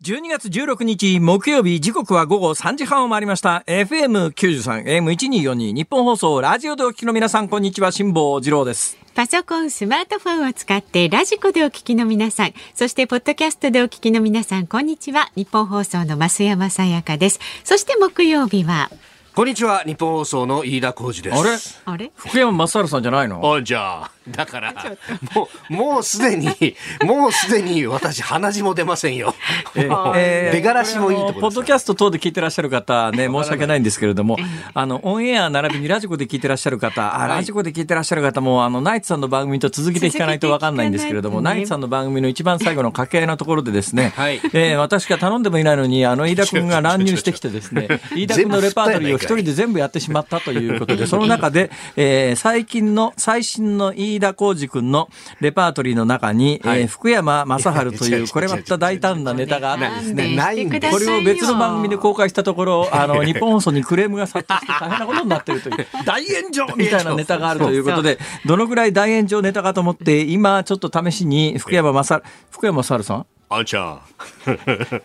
12月16日木曜日、時刻は午後3時半を回りました。 FM93 AM1242 日本放送ラジオでお聞きの皆さん、こんにちは。辛坊治郎です。 パソコン、スマートフォンを使ってラジコでお聞きの皆さん、そしてポッドキャストでお聞きの皆さん、こんにちは。日本放送の増山さやかです。そして木曜日は、 こんにちは。日本放送の飯田浩司です。 あれ福山雅治さんじゃないの？ じゃあだからもうすでに私鼻血も出ませんよ。出がらしもいいところです。 ポッドキャスト等で聞いてらっしゃる方ね、申し訳ないんですけれども、オンエア並びにラジコで聞いてらっしゃる方、ラジコで聞いてらっしゃる方もナイツさんの番組と続きで聞かないと分かんないんですけれども、ナイツさんの番組の一番最後の掛け合いのところでですね、私が頼んでもいないのに飯田君が乱入してきてですね、飯田君のレパートリーを一人で全部やってしまったということで、その中で、最新の飯田浩司君のレパートリーの中に、福山雅治というこれまた大胆なネタがあってですね、これを別の番組で公開したところ、日本放送にクレームが殺到して大変なことになっているという大炎上みたいなネタがあるということで、どのぐらい大炎上ネタかと思って今ちょっと試しに福山雅治さんあちゃんど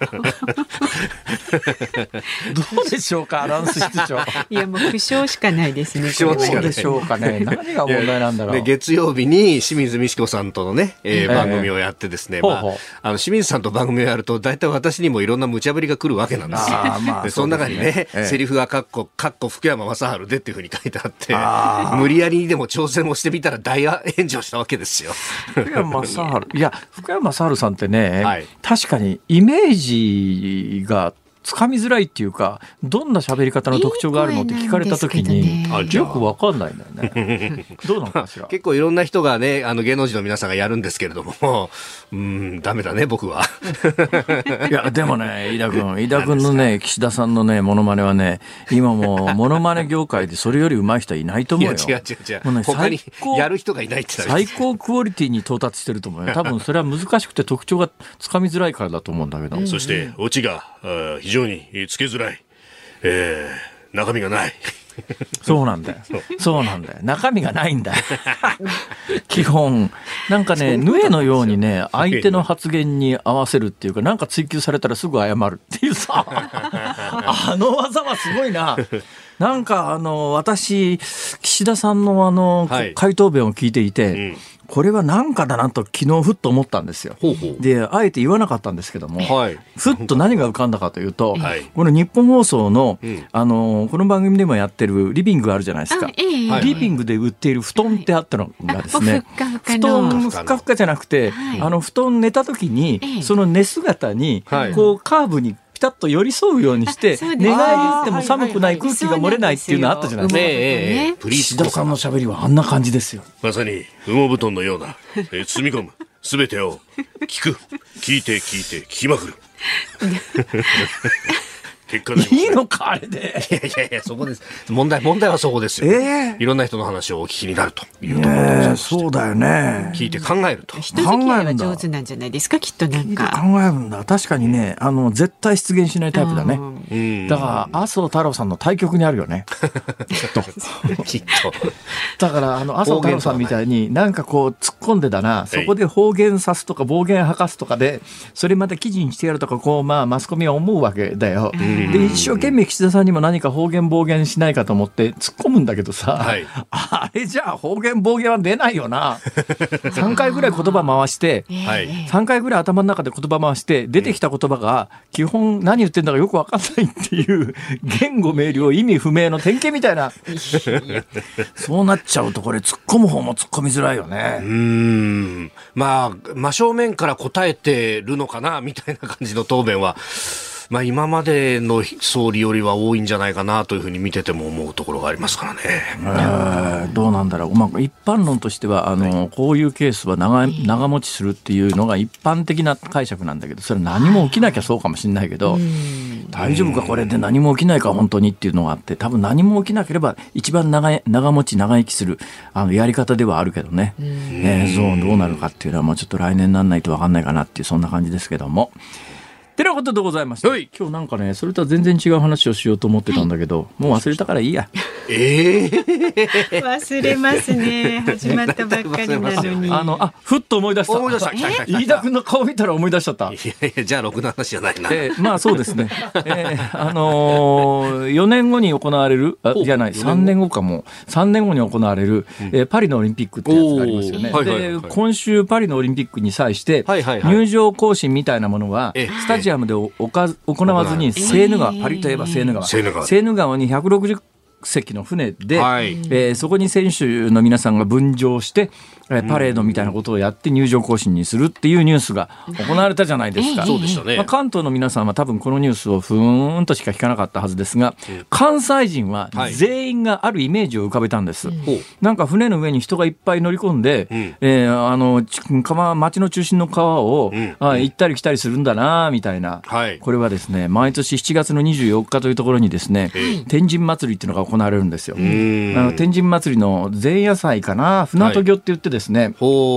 うでしょうか、アナウンス室長。 いや、もう苦笑しかないですね。 どうでしょうかね。何が問題なんだろう。 月曜日に清水美智子さんとのね、番組をやってですね、清水さんと番組をやると大体私にもいろんな無茶ぶりが来るわけなんですよ。でその中にね、セリフがかっこ福山雅治でっていうふうに書いてあって、無理やりにでも挑戦をしてみたら大炎上したわけですよ。 福山雅治、いや福山雅治さんってね、確かにイメージがつかみづらいっていうか、どんな喋り方の特徴があるのって聞かれた時によく分かんないんだよね。どうなのかしら。 結構いろんな人がね、芸能人の皆さんがやるんですけれども、ダメだね僕は。 いやでもね、飯田君のね、岸田さんのねモノマネはね、今もうモノマネ業界でそれより上手い人はいないと思うよ。 いや違う、ね、他にやる人がいないって最高クオリティに到達してると思うよ。多分それは難しくて特徴がつかみづらいからだと思うんだけど、 そしてオチが非常につけづらい、中身がない。 そうなんだよ中身がないんだよ基本なんかね、ヌエのようにね、相手の発言に合わせるっていうか、なんか追求されたらすぐ謝るっていうさあの技はすごいな。なんか私岸田さんの回答弁を聞いていて、これは何かだなと昨日ふっと思ったんですよ。であえて言わなかったんですけども、ふっと何が浮かんだかというと、この日本放送の、この番組でもやってるリビングがあるじゃないですか。リビングで売っている布団ってあったのがですね、布団ふかふかじゃなくて、布団寝た時にその寝姿にこうカーブにピタッと寄り添うようにして、寝返り打っても寒くない空気が漏れないっていうのあったじゃないですか。岸田さんのしゃべりはあんな感じですよ。 まさに羽毛布団のような、包み込む全てを聞いて聞きまくる結果いいのかあれで。 いやそこです。問題はそこですよ。いろんな人の話をお聞きになるというところでございます。 そうだよね。 聞いて考えると。 人付き合いは上手なんじゃないですか、きっと。なんか考えるんだ。確かにね、絶対出現しないタイプだね。だから麻生太郎さんの対極にあるよねきっとだから麻生太郎さんみたいになんかこう突っ込んでだな、そこで方言さすとか暴言吐かすとかで、それまた記事にしてやるとか、こうマスコミは思うわけだよ。で一生懸命岸田さんにも何か方言暴言しないかと思って突っ込むんだけどさ、あれじゃあ方言暴言は出ないよな3回ぐらい言葉回して、3回ぐらい頭の中で言葉回して、出てきた言葉が基本何言ってんだかよく分かんないっていう言語明瞭意味不明の典型みたいなそうなっちゃうとこれ突っ込む方も突っ込みづらいよね。 真正面から答えてるのかなみたいな感じの答弁は今までの総理よりは多いんじゃないかなというふうに見てても思うところがありますからね。 どうなんだろう。一般論としてはこういうケースは長持ちするっていうのが一般的な解釈なんだけど、それ何も起きなきゃそうかもしれないけど、大丈夫かこれで何も起きないか本当にっていうのがあって、多分何も起きなければ一番長持ち長生きするやり方ではあるけどね。どうなるかっていうのはもうちょっと来年にならないと分かんないかなっていう、そんな感じですけども。 てなことでございまして、今日なんかねそれとは全然違う話をしようと思ってたんだけど、もう忘れたからいいや。 忘れますね。始まったばっかりなのに。 ふっと思い出した。飯田君の顔見たら思い出しちゃった。 いやじゃあろくな話じゃないな。 まあそうですね。4年後に行われるじゃない3年後かも3年後に行われる、パリのオリンピックってやつがありますよね。で今週パリのオリンピックに際して入場行進みたいなものはスタジアムで行わずにセーヌ川、パリといえばセーヌ川に160隻の船で、そこに選手の皆さんが分乗してパレードみたいなことをやって入場行進にするっていうニュースが行われたじゃないですか。 そうでしたね。 関東の皆さんは多分このニュースをふーんとしか聞かなかったはずですが、関西人は全員があるイメージを浮かべたんです。なんか船の上に人がいっぱい乗り込んで、町の中心の川を、行ったり来たりするんだなみたいな、これはですね毎年7月の24日というところにですね、天神祭りっていうのが行われるんですよ。天神祭りの前夜祭かな、船渡御って言ってですね、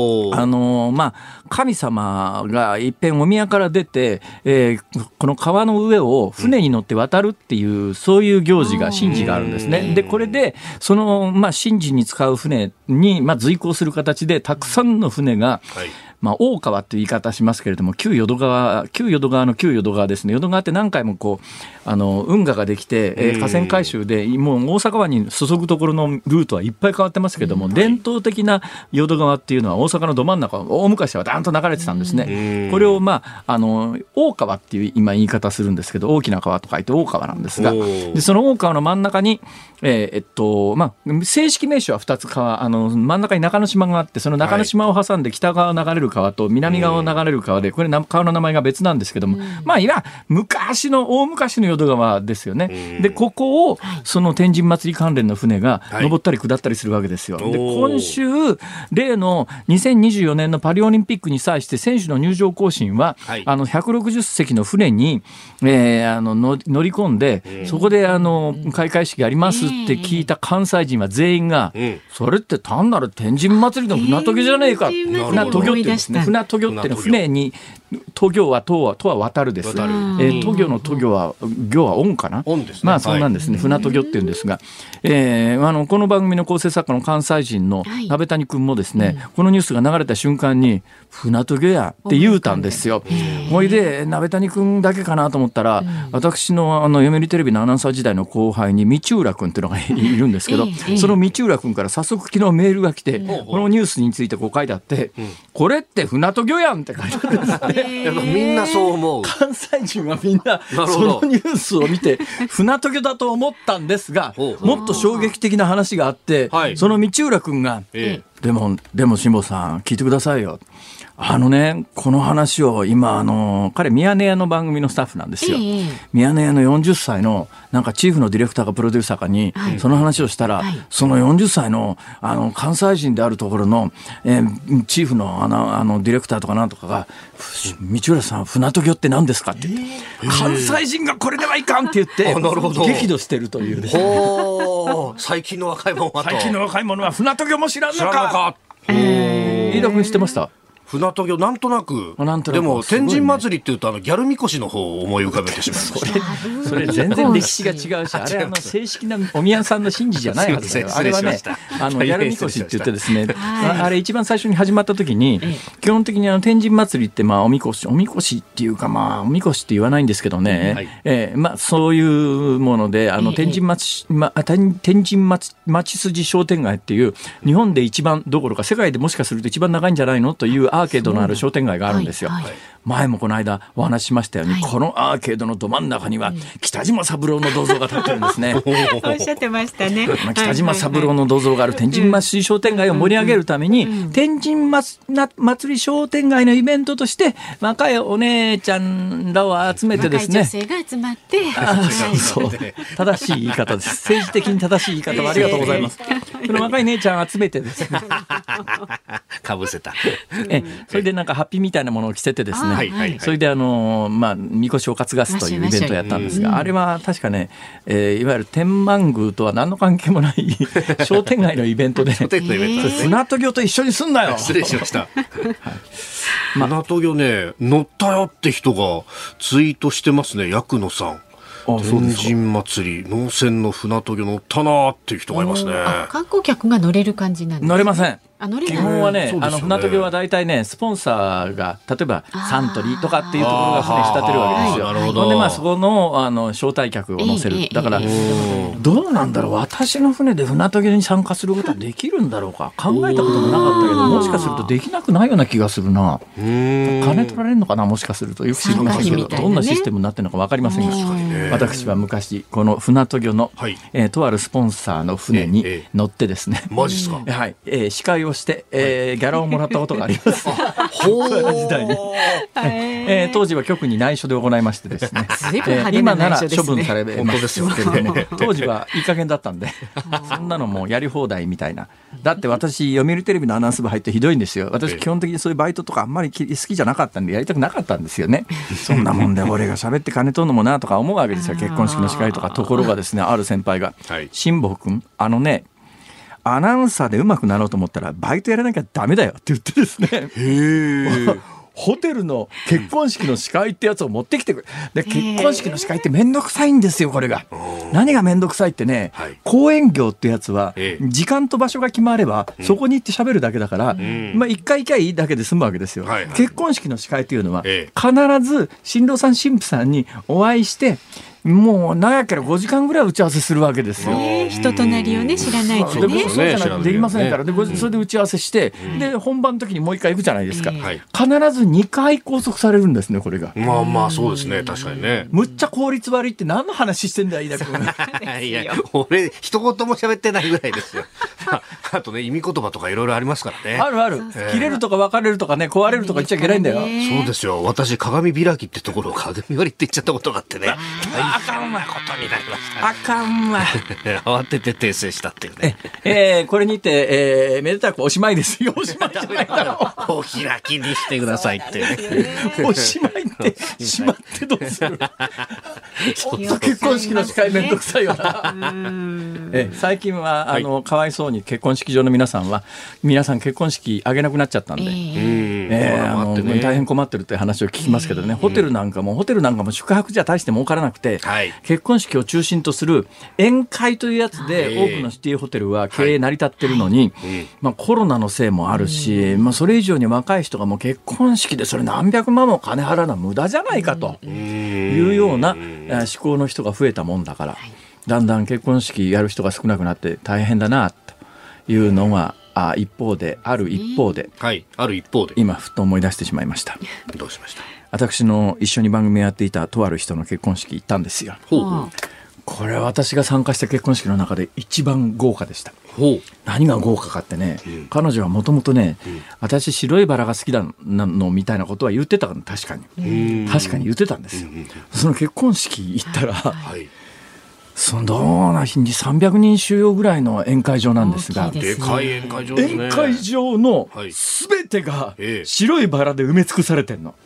神様がいっぺんお宮から出て、この川の上を船に乗って渡るっていうそういう行事が神事があるんですね。でこれでその、神事に使う船に、随行する形でたくさんの船が、大川っていう言い方しますけれども、旧淀川の旧淀川ですね。淀川って何回も運河ができて、河川改修でもう大阪湾に注ぐところのルートはいっぱい変わってますけれども、伝統的な淀川っていうのは大阪のど真ん中、大昔はダーンと流れてたんですね。これを大川っていう今言い方するんですけど、大きな川と書いて大川なんですが、でその大川の真ん中に、正式名称は2つ川、真ん中に中之島があって、その中之島を挟んで北側を流れる川と南側を流れる川で、これ川の名前が別なんですけども、今大昔の淀川ですよね。でここをその天神祭り関連の船が登ったり下ったりするわけですよ。で今週例の2024年のパリオリンピックに際して選手の入場行進は、160隻の船に、乗り込んで、そこで開会式やりますって聞いた関西人は全員が、それって単なる天神祭りの船渡御じゃねえか。船渡御ってですね、船渡御ってのは船に渡御は渡るです。渡御の渡御は御は恩かな。恩ですね。そうなんですね。船渡御っていうんですが、この番組の構成作家の関西人の鍋谷君もですね、このニュースが流れた瞬間に船渡御やって言うたんですよ。ほいで鍋谷君だけかなと思ったら、私の読売テレビのアナウンサー時代の後輩に道浦君っていうのがいるんですけど、その道浦君から早速昨日メールが来て、このニュースについてこう書いてあって、これって船渡御やんって書いてあるんですね。 やっぱみんなそう思う。 関西人はみんなそのニュースを見て船渡御だと思ったんですが、もっと衝撃的な話があって、その道浦君が、でも辛坊さん聞いてくださいよ。この話を今彼ミヤネ屋の番組のスタッフなんですよ。ミヤネ屋の40歳のなんかチーフのディレクターかプロデューサーかにその話をしたら、その40歳の関西人であるところの、チーフのディレクターとかなんとかが、道浦さん船渡御って何ですかって言って、関西人がこれではいかんって言って激怒してるというですね。 最近の若い者は船渡御も知らんのか。飯田君知ってました？ 船渡御なんとなくでも天神祭りっていうとギャルみこしの方を思い浮かべてしまいました。 それ全然歴史が違うし、あれ正式なお宮さんの神事じゃないはずだよ。あれはねギャルみこしって言ってですね、あれ一番最初に始まった時に基本的に天神祭りっておみこしっていうかおみこしって言わないんですけどね、そういうもので天神町筋商店街っていう日本で一番どころか世界でもしかすると一番長いんじゃないのというアーケードのある商店街があるんですよ。前もこの間お話ししましたように、このアーケードのど真ん中には北島三郎の銅像が立ってるんですね。 おっしゃってましたね。 北島三郎の銅像がある天神祭商店街を盛り上げるために、天神祭商店街のイベントとして若いお姉ちゃんらを集めてですね、 若い女性が集まって、 そう正しい言い方です。政治的に正しい言い方をありがとうございます。その若い姉ちゃん集めてですねかぶせたそれでなんかハッピーみたいなものを着せてですね、 ね、 はいはいはい、 それでみこしを担がすというイベントをやったんですが、あれは確かね、いわゆる天満宮とは何の関係もない商店街のイベントで、船渡御と一緒にすんなよ。 失礼しました、船渡御ね、乗ったよって人がツイートしてますね。薬野さん、天神祭り農船の船渡御乗ったなーっていう人がいますね。 観光客が乗れる感じなんですか？ 乗れません。 乗れない。 基本はね、 船渡御は大体ね、スポンサーが例えばサントリーとかっていうところが船仕立てるわけですよ。 なるほど。 でそこの招待客を乗せる。だからどうなんだろう、私の船で船渡御に参加することはできるんだろうか、考えたこともなかったけど、もしかするとできなくないような気がするな。金取られるのかな、もしかすると。よく知りませんけど、どんなシステムになってるのか分かりませんが、私は昔この船渡御の、とあるスポンサーの船に乗ってですね、 マジですか？ はい、司会をして、ギャラをもらったことがあります。時代に、当時は局に内緒で行いましてですね、今なら処分されますけれども、当時はいい加減だったんでそんなのもうやり放題みたいな。だって私読売テレビのアナウンス部入ってひどいんですよ。私基本的にそういうバイトとかあんまり好きじゃなかったんでやりたくなかったんですよね。そんなもんで俺が喋って金取るのもなとか思うわけですよ、結婚式の司会とか。ところがですね、ある先輩が、辛坊君、アナウンサーで上手くなろうと思ったらバイトやらなきゃダメだよって言ってですね、ホテルの結婚式の司会ってやつを持ってきてくる。で、結婚式の司会ってめんどくさいんですよ、これが。何がめんどくさいってね、講演業ってやつは時間と場所が決まればそこに行って喋るだけだから、一回行きゃいいだけで済むわけですよ。結婚式の司会っていうのは必ず新郎さん新婦さんにお会いして、もう長ければ5時間ぐらい打ち合わせするわけですよ。 人となりをね、知らないとね。 そうじゃないとできませんから。でそれで打ち合わせして、で本番の時にもう一回行くじゃないですか。必ず2回拘束されるんですね、これが。 まあそうですね、確かにね。 むっちゃ効率悪いって何の話してんだよ、飯田君。 いや、俺一言も喋ってないぐらいですよ。あとね、意味言葉とかいろいろありますからね。 ある。切れるとか別れるとかね、壊れるとか言っちゃいけないんだよ。 そうですよ。私鏡開きってところを鏡割りって言っちゃったことがあってね。あかんわことになりました、ね。あかんわ。慌てて訂正したっていうね。これにて、めでたくおしまいですよ。おしまいじゃないだろう。 お開きにしてくださいって。 おしまいってしまってどうする。結婚式の司会めんどくさいよな。最近はかわいそうに結婚式場の皆さん結婚式挙げなくなっちゃったんで、大変困ってるって話を聞きますけどね。ホテルなんかも宿泊じゃ大して儲からなくて、結婚式を中心とする宴会というやつで多くのシティホテルは経営成り立ってるのに、コロナのせいもあるし、それ以上に若い人がもう結婚式でそれ何百万も金払うのは無駄じゃないかというような思考の人が増えたもんだから、だんだん結婚式やる人が少なくなって大変だなというのがある一方で、今ふっと思い出してしまいました。 どうしました？ 私の一緒に番組やっていたとある人の結婚式行ったんですよ。これは私が参加した結婚式の中で一番豪華でした。何が豪華かってね、彼女はもともとね、私白いバラが好きなのみたいなことは言ってたの。確かに言ってたんですよ。その結婚式行ったら、どうな日に300人収容ぐらいの宴会場なんですが、 でかい宴会場ですね。 宴会場の全てが白いバラで埋め尽くされてんの。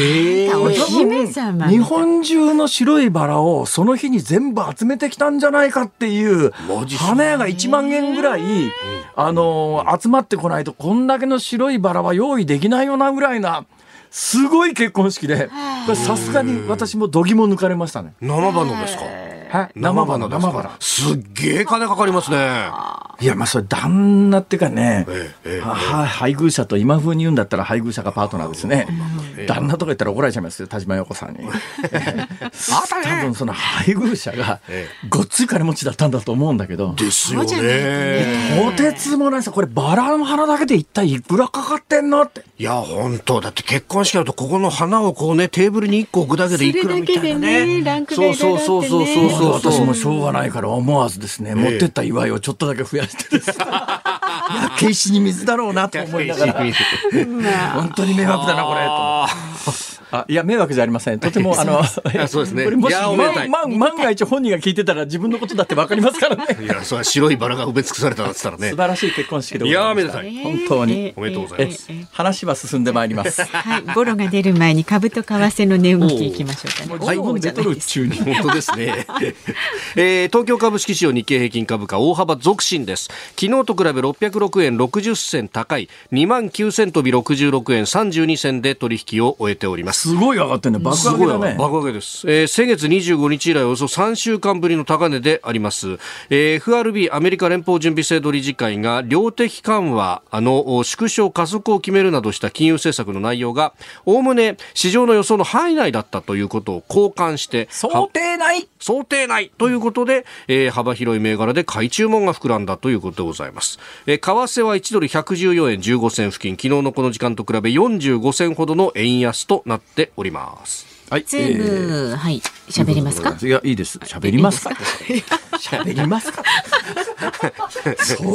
日本中の白いバラをその日に全部集めてきたんじゃないかっていう、花屋が1万円ぐらい集まってこないとこんだけの白いバラは用意できないよなぐらいなすごい結婚式で、さすがに私も度肝抜かれましたね。 生花ですか？生花すっげえ金かかりますね。 いや、それ旦那っていうかね、配偶者と今風に言うんだったら配偶者がパートナーですね。旦那とか言ったら怒られちゃいますよ、田島陽子さんに。多分その配偶者がごっつい金持ちだったんだと思うんだけど。 ですよね。 とてつもないさ、これバラの花だけで一体いくらかかってんのって。 いや本当だって結婚式だとここの花をこうねテーブルに1個置くだけでいくらみたいなね。 そう私もしょうがないから思わずですね、持ってった祝いをちょっとだけ増やしてですね、焼け石に水だろうなと思いながら本当に迷惑だなこれと。 いや迷惑じゃありません。とてもそうですね。 これもし万が一本人が聞いてたら自分のことだって分かりますからね。 いや、それは白いバラが埋め尽くされたんだったらね。 素晴らしい結婚式でございました。 いや、めでたい。 本当に、 おめでとうございます。 話は進んでまいります。 はい、ボロが出る前に株と為替の値動きいきましょうかね。 はい、もう出とる中に本当ですね。東京株式市場日経平均株価大幅続伸です。昨日と比べ606円60銭高い 29,000 飛び66円32銭で取引を終えております。 すごい上がってるね。爆上げだね。 爆上げです。先月25日以来およそ3週間ぶりの高値であります。FRB アメリカ連邦準備制度理事会が量的緩和の縮小加速を決めるなどした金融政策の内容がおおむね市場の予想の範囲内だったということを好感して想定内ということで、幅広い銘柄で買い注文が膨らんだということでございます。為替は1ドル114円15銭付近、昨日のこの時間と比べ45銭ほどの円安となっております。 はい、ズーム、はい、喋りますか。 いや、いいです。喋りますか。喋りますか。そう。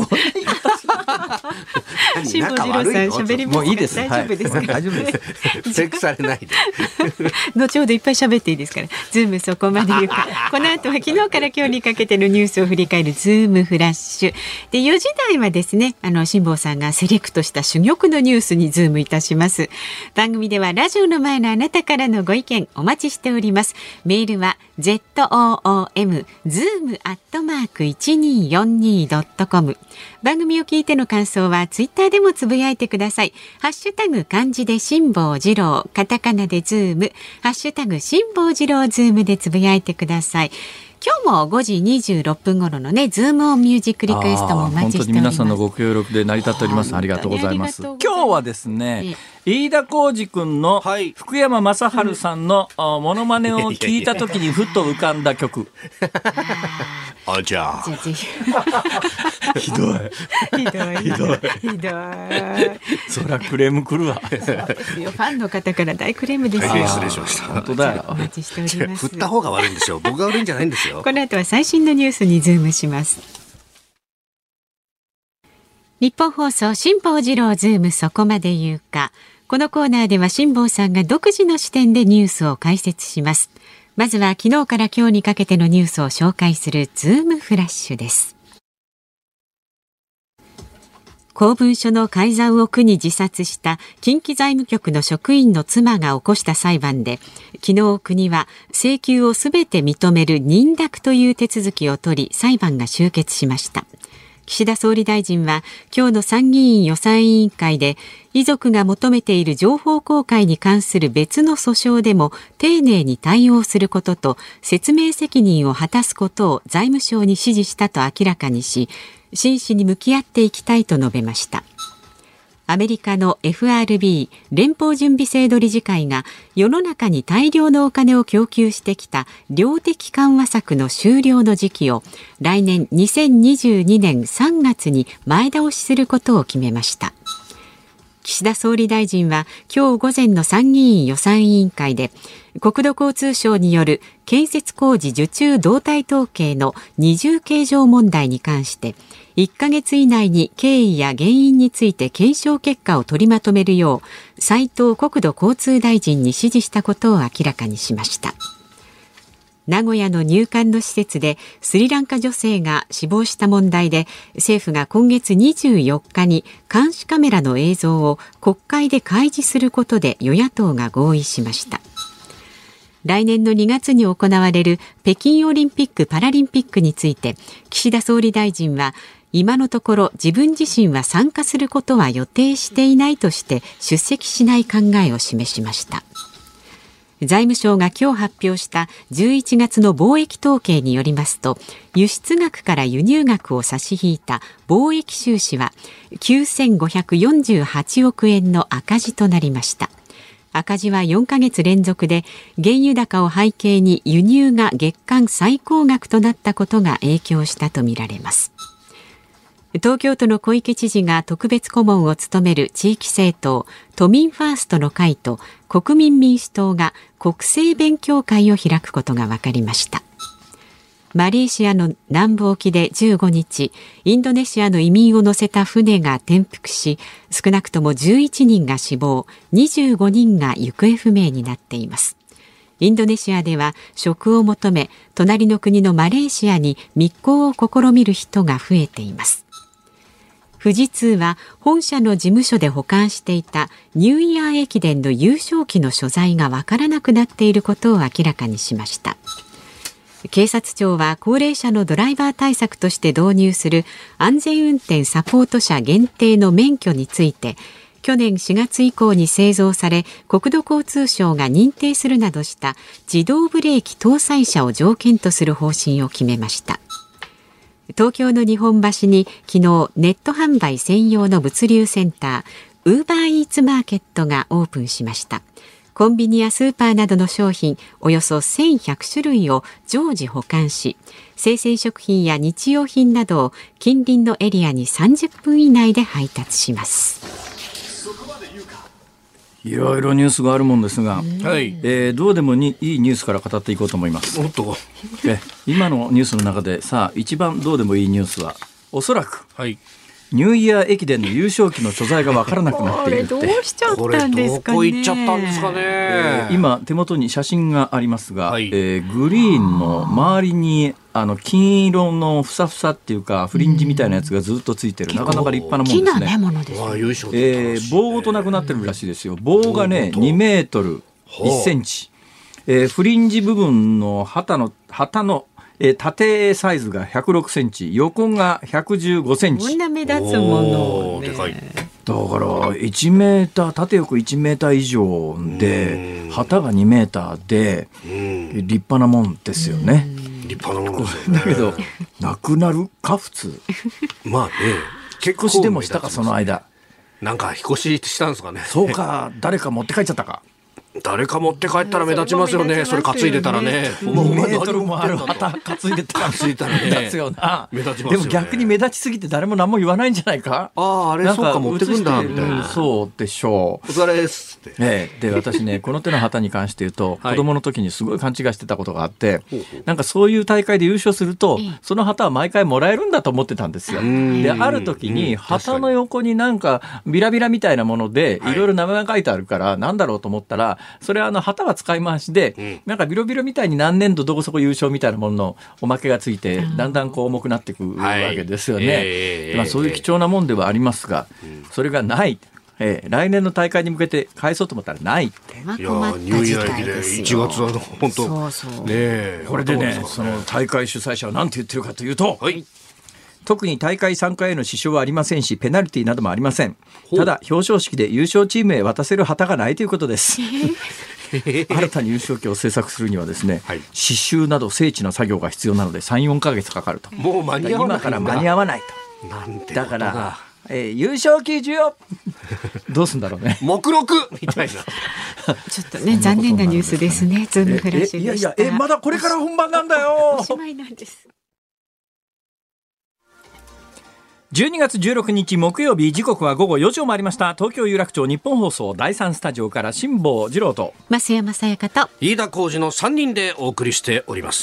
辛坊治郎さん、喋りますか。 もういいです。 大丈夫ですか。 大丈夫です。 チェックされないで。 後ほどいっぱい喋っていいですから。ズームそこまで言うか。この後は昨日から今日にかけてのニュースを振り返るズームフラッシュ。で、4時台はですね、辛坊さんがセレクトした珠玉のニュースにズームいたします。番組ではラジオの前のあなたからのご意見お待ちしております。メールは zoom@1242.com。番組を聞いての感想はツイッターでもつぶやいてください。ハッシュタグ漢字で辛坊治郎、カタカナでズーム、ハッシュタグ辛坊治郎ズームでつぶやいてください。今日も5時26分頃のね、ズームオンミュージックリクエストもお待ちしております。 本当に皆さんのご協力で成り立っております。ありがとうございます。今日はですね、飯田浩司君の福山雅治さんのモノマネを聞いた時にふっと浮かんだ曲。 じゃあぜひ。 ひどい。そらクレーム来るわ。 ファンの方から大クレームですよ。 失礼しました。 本当だよ。 お待ちしております。 振った方が悪いんですよ。僕が悪いんじゃないんですよ。 この後は最新のニュースにズームします。日本放送辛坊治郎ズームそこまで言うか。このコーナーでは辛坊さんが独自の視点でニュースを解説します。まずは昨日から今日にかけてのニュースを紹介するズームフラッシュです。公文書の改ざんを苦に自殺した近畿財務局の職員の妻が起こした裁判で、昨日国は請求をすべて認める認諾という手続きを取り、裁判が終結しました。岸田総理大臣は今日の参議院予算委員会で、遺族が求めている情報公開に関する別の訴訟でも丁寧に対応することと説明責任を果たすことを財務省に指示したと明らかにし、真摯に向き合っていきたいと述べました。アメリカの FRB 連邦準備制度理事会が世の中に大量のお金を供給してきた量的緩和策の終了の時期を来年2022年3月に前倒しすることを決めました。岸田総理大臣は今日午前の参議院予算委員会で、国土交通省による建設工事受注動態統計の二重計上問題に関して1ヶ月以内に経緯や原因について検証結果を取りまとめるよう斉藤国土交通大臣に指示したことを明らかにしました。名古屋の入管の施設でスリランカ女性が死亡した問題で、政府が今月24日に監視カメラの映像を国会で開示することで与野党が合意しました。来年の2月に行われる北京オリンピック・パラリンピックについて、岸田総理大臣は今のところ自分自身は参加することは予定していないとして出席しない考えを示しました。財務省が今日発表した11月の貿易統計によりますと、輸出額から輸入額を差し引いた貿易収支は9548億円の赤字となりました。赤字は4ヶ月連続で、原油高を背景に輸入が月間最高額となったことが影響したとみられます。東京都の小池知事が特別顧問を務める地域政党都民ファーストの会と国民民主党が国政勉強会を開くことが分かりました。 マレーシアの南部沖で15日、インドネシアの移民を乗せた船が転覆し、少なくとも11人が死亡、25人が行方不明になっています。インドネシアでは職を求め、隣の国のマレーシアに密航を試みる人が増えています。富士通は本社の事務所で保管していたニューイヤー駅伝の優勝旗の所在がわからなくなっていることを明らかにしました。警察庁は高齢者のドライバー対策として導入する安全運転サポート車限定の免許について、去年4月以降に製造され国土交通省が認定するなどした自動ブレーキ搭載車を条件とする方針を決めました。東京の日本橋に昨日ネット販売専用の物流センターウーバーイーツマーケットがオープンしました。コンビニやスーパーなどの商品およそ1100種類を常時保管し、生鮮食品や日用品などを近隣のエリアに30分以内で配達します。 いろいろニュースがあるもんですが、どうでもいいニュースから語っていこうと思います。今のニュースの中でさあ一番どうでもいいニュースはおそらく、ニューイヤー駅伝の優勝旗の所在が分からなくなっているって。 これどうしちゃったんですかね。 これどこ行っちゃったんですかね。 今手元に写真がありますが、グリーンの周りに金色のふさふさっていうかフリンジみたいなやつがずっとついてる、なかなか立派なもんですね。 大きなものですね。 棒ごとなくなってるらしいですよ。棒がね2メートル1センチ、フリンジ部分の旗の縦サイズが106センチ、横が115センチ。 こんな目立つもの、ね、 でかい。 だから1メーター、縦横1メーター以上で旗が2メーターで立派なもんですよね。 立派なもんですよね。 だけどなくなるか普通。 まあね、 引っ越しでもしたかその間。 なんか引っ越ししたんですかね。 そうか、誰か持って帰っちゃったか。 誰か持って帰ったら目立ちますよね。それ担いでたらね。 2メートルもある旗担いでたら目立つよな。 目立ちますよね。 でも逆に目立ちすぎて誰も何も言わないんじゃないか。 あれそうか持ってくんだみたいな。 そうでしょう。 お疲れですって。 で私ねこの手の旗に関して言うと、子供の時にすごい勘違いしてたことがあって、なんかそういう大会で優勝するとその旗は毎回もらえるんだと思ってたんですよ。である時に旗の横になんかビラビラみたいなものでいろいろ名前が書いてあるからなんだろうと思ったら、それは旗は使い回しで、なんかビロビロみたいに何年度どこそこ優勝みたいなもののおまけがついてだんだんこう重くなっていくわけですよね。そういう貴重なもんではありますが、それがない。来年の大会に向けて返そうと思ったらないって。 いやニューイヤー駅で1月は本当ね。 これでね、その大会主催者は何て言ってるかというと、特に大会参加への支障はありませんし、ペナルティなどもありません。ただ表彰式で優勝チームへ渡せる旗がないということです。新たに優勝旗を制作するにはですね、刺繍など精緻な作業が必要なので 3,4 ヶ月かかると。 もう間に合わないんだ。 今から間に合わないと。 なんてだから優勝旗授与どうすんだろうね。 目録みたいな。 ちょっとね残念なニュースですね。ズームフラッシュでした。 まだこれから本番なんだよ。 おしまいなんです。 12月16日木曜日、時刻は午後4時を回りました。東京有楽町日本放送第3スタジオから辛坊治郎と増山さやかと飯田浩司の3人でお送りしております。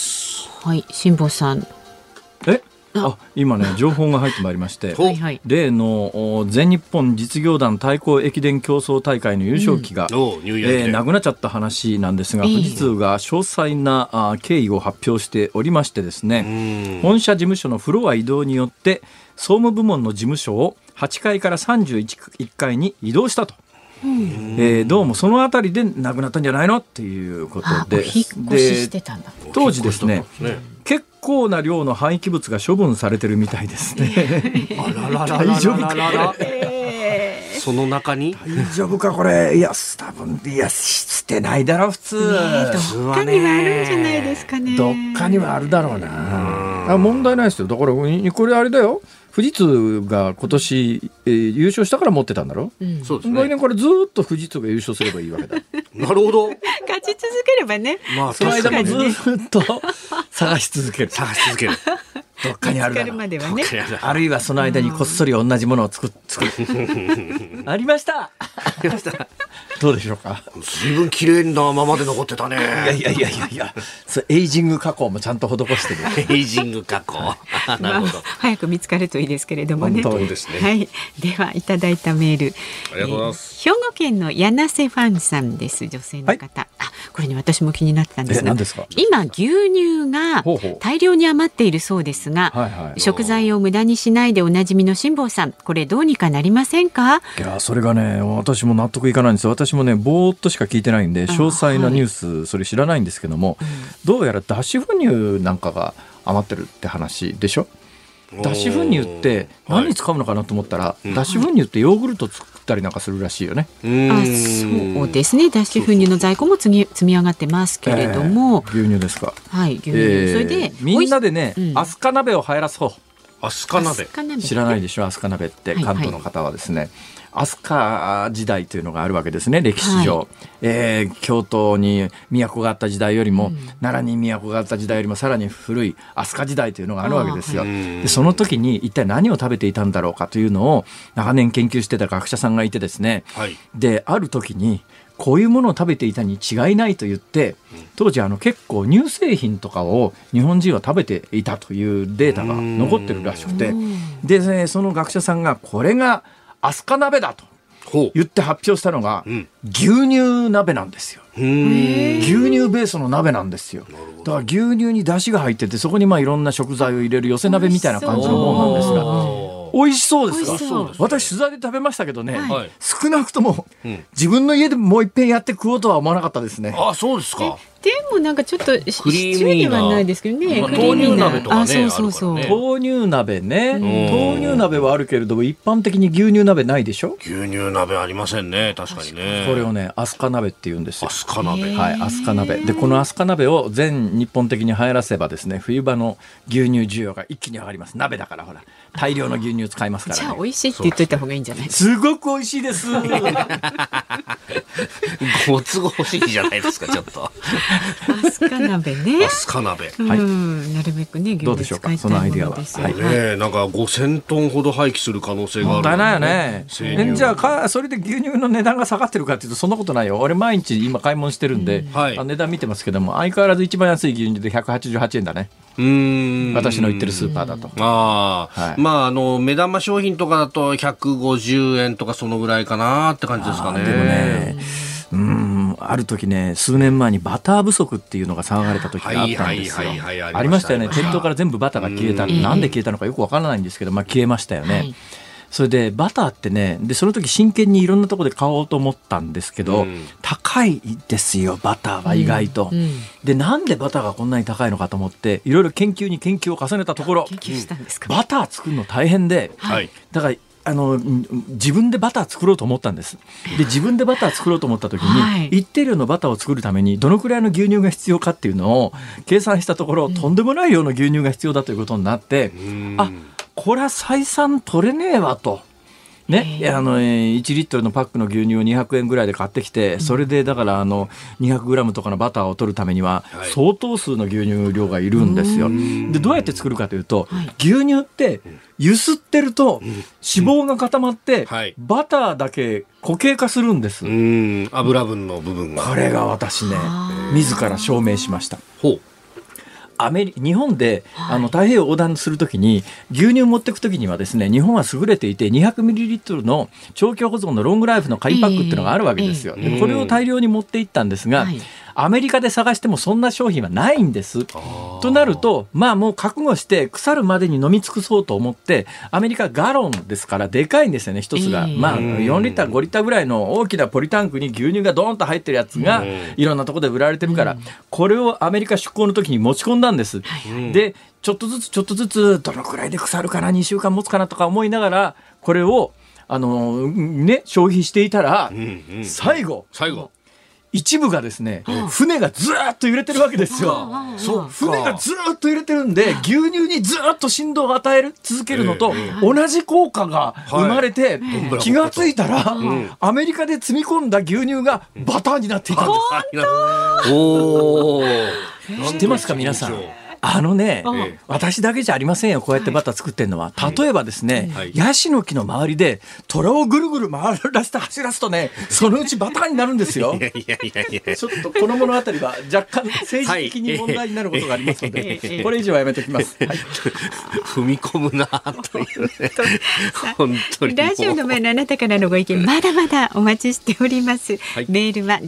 はい、辛坊さん。 今ね情報が入ってまいりまして、例の全日本実業団対抗駅伝競争大会の優勝旗が、なくなっちゃった話なんですが、富士通が詳細な経緯を発表しておりましてですね、本社事務所のフロア移動によって総務部門の事務所を8階から31階に移動したと。どうもそのあたりでなくなったんじゃないのっていうことで、 引っ越ししてたんだ。 当時ですね、結構な量の廃棄物が処分されてるみたいですね。大丈夫かこれ。 その中に大丈夫かこれ。いや多分捨てないだろう普通。 どっかにはあるんじゃないですかね。 どっかにはあるだろうな。問題ないですよ。だからこれあれだよ。富士通が今年、優勝したから持ってたんだろ、そうですね。来年これずっと富士通が優勝すればいいわけだ。 なるほど。 勝ち続ければね。 その間もずっと探し続ける。どっかにあるだろう。あるいはその間にこっそり同じものを作る。ありました。 どうでしょうか。 随分綺麗なままで残ってたね。 いやエイジング加工もちゃんと施してる。 エイジング加工。なるほど。 早く見つかるといいですけれどもね。 本当ですね。 はい。ではいただいたメール。 ありがとうございます。 兵庫県の柳瀬ファンさんです。女性の方。これね私も気になってたんですが。 何ですか。 今牛乳が大量に余っているそうですが、食材を無駄にしないでおなじみの辛坊さん、これどうにかなりませんか。 いやそれがね私も納得いかないんですよ。私もねぼーっとしか聞いてないんで詳細なニュースそれ知らないんですけども、どうやら脱脂粉乳なんかが余ってるって話でしょ。脱脂粉乳って何に使うのかなと思ったら、脱脂粉乳ってヨーグルト作ったりなんかするらしいよね。 そうですね。脱脂粉乳の在庫も積み上がってますけれども、 牛乳ですか。 はい、牛乳、それでみんなでね、アスカ鍋を流行らそう。 アスカ鍋知らないでしょ。アスカ鍋って関東の方はですね、飛鳥時代というのがあるわけですね、歴史上。京都に都があった時代よりも、奈良に都があった時代よりもさらに古い飛鳥時代というのがあるわけですよ。でその時に一体何を食べていたんだろうかというのを長年研究してた学者さんがいてですね、である時にこういうものを食べていたに違いないと言って、当時結構乳製品とかを日本人は食べていたというデータが残ってるらしくて、で、その学者さんがこれが飛鳥鍋だと言って発表したのが、牛乳鍋なんですよ。牛乳ベースの鍋なんですよ。だから牛乳に出汁が入ってて、そこにいろんな食材を入れる寄せ鍋みたいな感じのものなんですが、美味しそうですが、私取材で食べましたけどね、少なくとも自分の家でもう一遍やって食おうとは思わなかったですね。 あ、そうですか。 でもなんかちょっとシチューではないですけどね。 豆乳鍋とかね。 豆乳鍋ね。豆乳鍋はあるけれども一般的に牛乳鍋ないでしょ。 牛乳鍋ありませんね。確かにね。 これをね飛鳥鍋って言うんですよ。 飛鳥鍋。 はい、飛鳥鍋で、この飛鳥鍋を全日本的に流行らせばですね、冬場の牛乳需要が一気に上がります。鍋だからほら大量の牛乳使いますからね。 じゃあ美味しいって言っといた方がいいんじゃない。 すごく美味しいです。 ご都合主義じゃないですかちょっと。 飛鳥鍋ね。 飛鳥鍋。 なるべくねどうでしょうかそのアイディアは。 なんか5000トンほど廃棄する可能性がある。 もったいないよね。じゃあそれで牛乳の値段が下がってるかっていうとそんなことないよ。俺毎日今買い物してるんで、値段見てますけども相変わらず一番安い牛乳で188円だね。私の行ってるスーパーだと。 目玉商品とかだと150円とかそのぐらいかなって感じですかね。 でもね、ある時ね数年前にバター不足っていうのが騒がれた時があったんですよ。ありましたよね。店頭から全部バターが消えた。なんで消えたのかよくわからないんですけど、消えましたよね。それでバターってね、でその時真剣にいろんなところで買おうと思ったんですけど、高いですよバターは意外と。でなんでバターがこんなに高いのかと思っていろいろ研究に研究を重ねたところ、バター作るの大変で、だから自分でバター作ろうと思ったんです。で自分でバター作ろうと思った時に、一定量のバターを作るためにどのくらいの牛乳が必要かっていうのを計算したところ、とんでもない量の牛乳が必要だということになって、これは採算取れねえわと。ね、1リットルのパックの牛乳を200円ぐらいで買ってきて、それでだから200グラムとかのバターを取るためには相当数の牛乳量がいるんですよ。でどうやって作るかというと、牛乳ってゆすってると脂肪が固まってバターだけ固形化するんです。 油分の部分が。 これが私ね自ら証明しました。日本で太平洋横断するときに牛乳を持っていくときにはですね、日本は優れていて 200ml の長期保存のロングライフの紙パックっていうのがあるわけですよ。でこれを大量に持っていったんですが、アメリカで探してもそんな商品はないんです。となるともう覚悟して腐るまでに飲み尽くそうと思って、アメリカガロンですからでかいんですよね一つが。4リッター5リッターぐらいの大きなポリタンクに牛乳がドーンと入ってるやつがいろんなところで売られてるから、これをアメリカ出港の時に持ち込んだんです。でちょっとずつどのくらいで腐るかな、2週間持つかなとか思いながらこれを消費していたら、最後一部がですね、船がずーっと揺れてるわけですよ。船がずーっと揺れてるんで、牛乳にずーっと振動を与え続けるのと同じ効果が生まれて、気がついたら、アメリカで積み込んだ牛乳がバターになっていたんです。知ってますか皆さん。 私だけじゃありませんよ、こうやってバター作ってるのは。例えばですね、ヤシの木の周りで虎をぐるぐる回らせて走らすとね、そのうちバターになるんですよ。ちょっとこの物語は若干政治的に問題になることがありますので、これ以上はやめておきます。 踏み込むなというね。本当にラジオの前のあなたからのご意見まだまだお待ちしております。メールは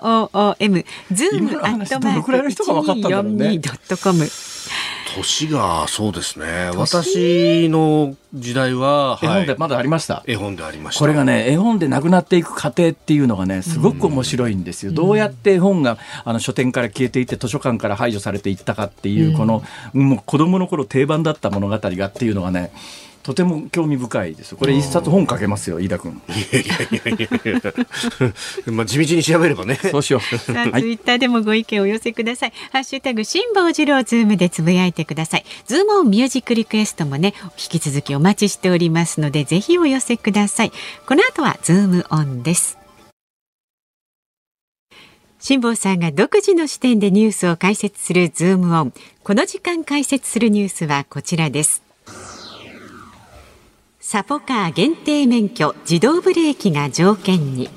zoom@1242.com。 年がそうですね。私の時代は絵本でまだありました。 絵本でありました。 これがね、絵本でなくなっていく過程っていうのがね、すごく面白いんですよ。どうやって絵本が書店から消えていって図書館から排除されていったかっていう、このもう子供の頃定番だった物語がっていうのがね、とても興味深いです。これ一冊本書けますよ、飯田君。 まあ地道に調べればね。 そうしよう。 さあ、ツイッターでもご意見をお寄せください。ハッシュタグ辛坊治郎ズームでつぶやいてください。ズームオンミュージックリクエストもね、引き続きお待ちしておりますので、ぜひお寄せください。この後はズームオンです。辛坊さんが独自の視点でニュースを解説するズームオン。この時間解説するニュースはこちらです。サポカー限定免許、自動ブレーキが条件に。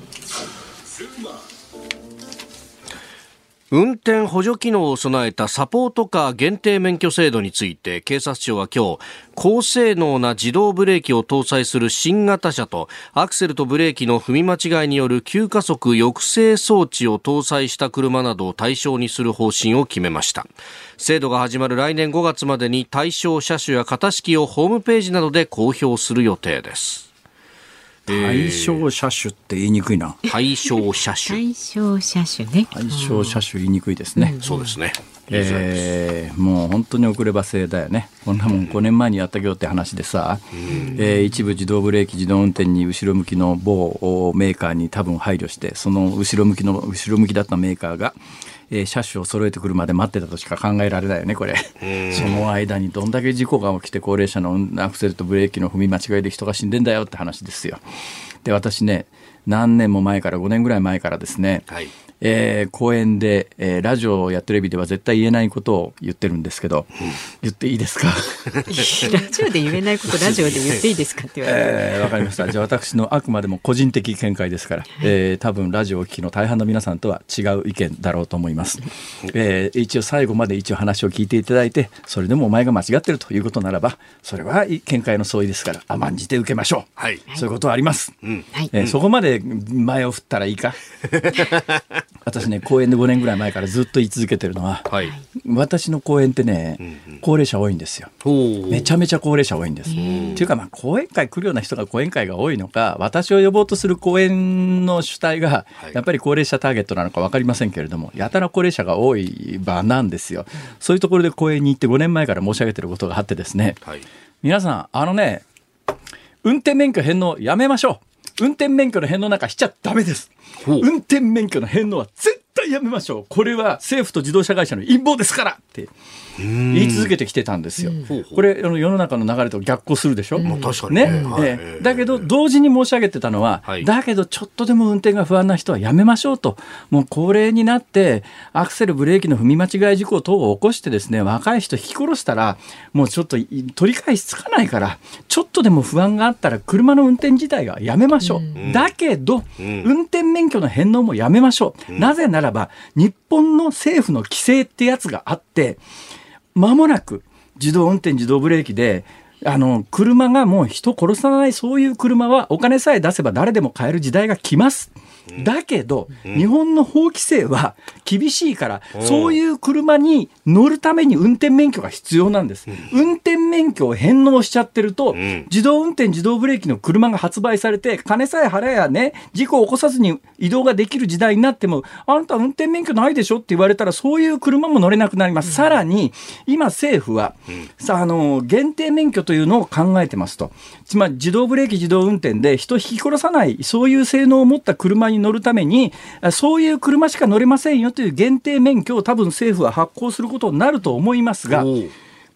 運転補助機能を備えたサポートカー限定免許制度について、警察庁は今日、高性能な自動ブレーキを搭載する新型車とアクセルとブレーキの踏み間違いによる急加速抑制装置を搭載した車などを対象にする方針を決めました。制度が始まる来年5月までに対象車種や型式をホームページなどで公表する予定です。 対象車種って言いにくいな。 対象車種。 対象車種ね。 対象車種言いにくいですね。 そうですね。 もう本当に遅ればせだよね。こんなもん5年前にやったよって話でさ、一部自動ブレーキ自動運転に後ろ向きの某メーカーに多分配慮して、その後ろ向きだったメーカーが車種を揃えてくるまで待ってたとしか考えられないよね、これ。その間にどんだけ事故が起きて高齢者のアクセルとブレーキの踏み間違いで人が死んでんだよって話ですよ。で、私ね、何年も前から5年ぐらい前からですね、講演で、ラジオやテレビでは絶対言えないことを言ってるんですけど、言っていいですか？ ラジオで言えないことラジオで言っていいですかって言われて、 わかりました。じゃあ私のあくまでも個人的見解ですから、多分ラジオを聞きの大半の皆さんとは違う意見だろうと思います。一応最後まで話を聞いていただいて、それでもお前が間違ってるということならば、それは見解の相違ですから甘んじて受けましょう。そういうことはあります。そこまで前を振ったらいいか。私ね、講演で5年ぐらい前からずっと言い続けてるのは、私の講演ってね、高齢者多いんですよ。めちゃめちゃ高齢者多いんです。っていうか、講演会来るような人が講演会が多いのか、私を呼ぼうとする講演の主体がやっぱり高齢者ターゲットなのか分かりませんけれども、やたら高齢者が多い場なんですよ。そういうところで講演に行って5年前から申し上げてることがあってですね、皆さん運転免許返納やめましょう。運転免許の返納なんかしちゃダメです。運転免許の返納は絶対やめましょう。これは政府と自動車会社の陰謀ですからって言い続けてきてたんですよ。これ世の中の流れと逆行するでしょ。 確かにね。 だけど同時に申し上げてたのは、だけどちょっとでも運転が不安な人はやめましょうと。もう高齢になってアクセルブレーキの踏み間違い事故等を起こしてですね、若い人引き殺したらもうちょっと取り返しつかないから、ちょっとでも不安があったら車の運転自体がやめましょう。だけど、運転免許の返納もやめましょう。なぜならば日本の政府の規制ってやつがあって、間もなく自動運転自動ブレーキで車がもう人殺さない、そういう車はお金さえ出せば誰でも買える時代が来ます。だけど、日本の法規制は厳しいから、そういう車に乗るために運転免許が必要なんです。運転免許を返納しちゃってると、自動運転自動ブレーキの車が発売されて、金さえ払えやね、事故を起こさずに移動ができる時代になっても、あんた運転免許ないでしょって言われたら、そういう車も乗れなくなります。さらに今政府は限定免許というのを考えてますと。つまり自動ブレーキ自動運転で人を引き殺さない、そういう性能を持った車に乗るために、そういう車しか乗れませんよという限定免許を多分政府は発行することになると思いますが、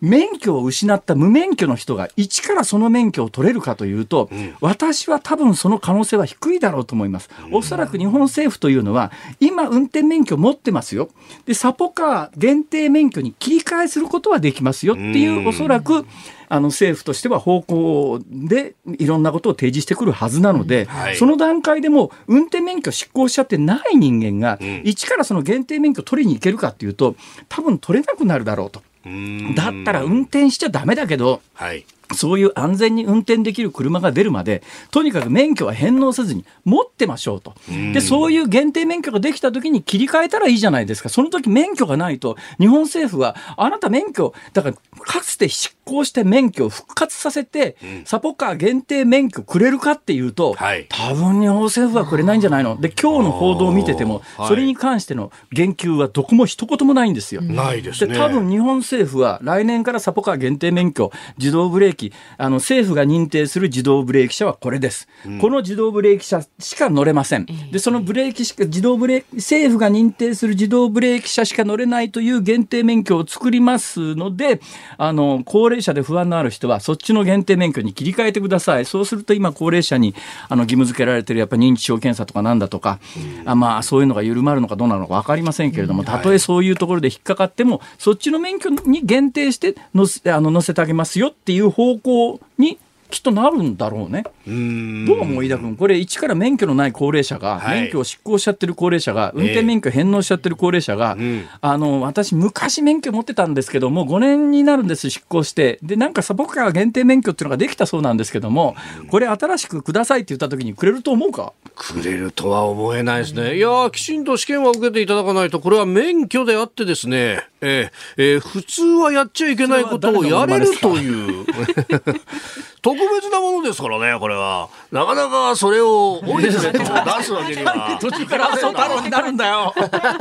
免許を失った無免許の人が一からその免許を取れるかというと、私は多分その可能性は低いだろうと思います。おそらく日本政府というのは今運転免許持ってますよ、でサポカー限定免許に切り替えすることはできますよっていう、おそらく政府としては方向でいろんなことを提示してくるはずなので、その段階でも運転免許失効しちゃってない人間が一からその限定免許取りに行けるかっていうと、多分取れなくなるだろうと。だったら運転しちゃダメだけど、そういう安全に運転できる車が出るまでとにかく免許は返納せずに持ってましょうと。でそういう限定免許ができた時に切り替えたらいいじゃないですか。その時免許がないと日本政府はあなた免許だからかつて失効して免許を復活させて、サポカー限定免許くれるかっていうと、多分日本政府はくれないんじゃないの。で今日の報道を見てても、それに関しての言及はどこも一言もないんですよ。 ないですね。 で多分日本政府は来年からサポカー限定免許自動ブレーキ政府が認定する自動ブレーキ車はこれです、この自動ブレーキ車しか乗れません。でそのブレーキしか政府が認定する自動ブレーキ車しか乗れないという限定免許を作りますので、高齢者で不安のある人はそっちの限定免許に切り替えてください。そうすると今高齢者に義務付けられているやっぱり認知症検査とかなんだとか、そういうのが緩まるのかどうなのか分かりませんけれども、たとえそういうところで引っかかってもそっちの免許に限定して乗せてあげますよっていう方向にきっとなるんだろうね。どう思う飯田君、これ一から免許のない高齢者が、免許を失効しちゃってる高齢者が、運転免許返納しちゃってる高齢者が、私昔免許持ってたんですけども5年になるんです失効して、でなんかサポカー限定免許っていうのができたそうなんですけども、これ新しくくださいって言った時にくれると思うか。 くれるとは思えないですね。いやきちんと試験は受けていただかないと、これは免許であってですね、普通はやっちゃいけないことをやれるという特別なものですからね。これはなかなかそれを降りて出すわけには途中からそう太郎になるんだよ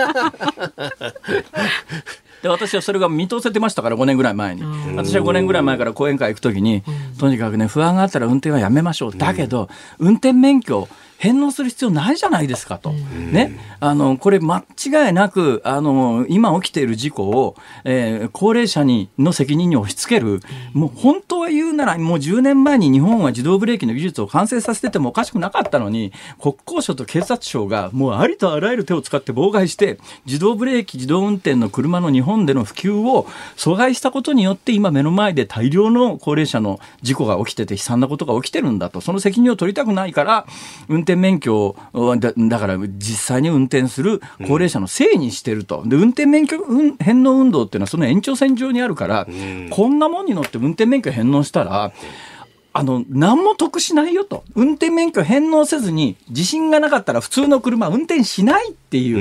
で私はそれが見通せてましたから5年ぐらい前に。私は5年ぐらい前から講演会行くときに、とにかくね不安があったら運転はやめましょう、だけど運転免許返納する必要ないじゃないですかと、ね、これ間違いなく今起きている事故を、高齢者の責任に押し付ける、もう本当は言うならもう10年前に日本は自動ブレーキの技術を完成させててもおかしくなかったのに、国交省と警察庁がもうありとあらゆる手を使って妨害して自動ブレーキ自動運転の車の日本での普及を阻害したことによって今目の前で大量の高齢者の事故が起きてて悲惨なことが起きてるんだと。その責任を取りたくないから運転免許をだから実際に運転する高齢者のせいにしてると。で運転免許返納運動っていうのはその延長線上にあるから、こんなもんに乗って運転免許返納したら何も得しないよと。運転免許返納せずに自信がなかったら普通の車運転しないっていう、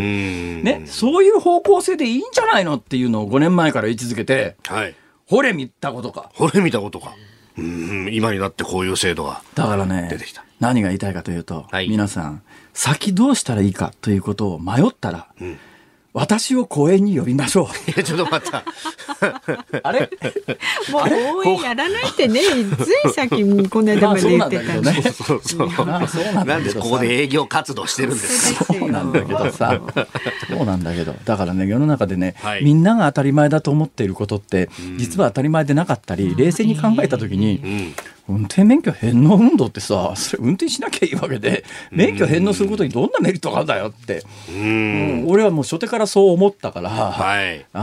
ね、そういう方向性でいいんじゃないのっていうのを5年前から言い続けて、ほれ見たことか今になってこういう制度がだからね、 出てきた。 何が言いたいかというと、皆さん先どうしたらいいかということを迷ったら、私を講演に呼びましょう。 いやちょっと待ったあれもう講演やらないってね、ついさっきこの間まで言ってたね。 なんでここで営業活動してるんですか。 そうなんだけどさそうなんだけど、だからね世の中でね、みんなが当たり前だと思っていることって実は当たり前でなかったり、冷静に考えた時に、運転免許返納運動ってさ、それ運転しなきゃいいわけで、免許返納することにどんなメリットがあるんだよって、俺はもう初手からそう思ったから、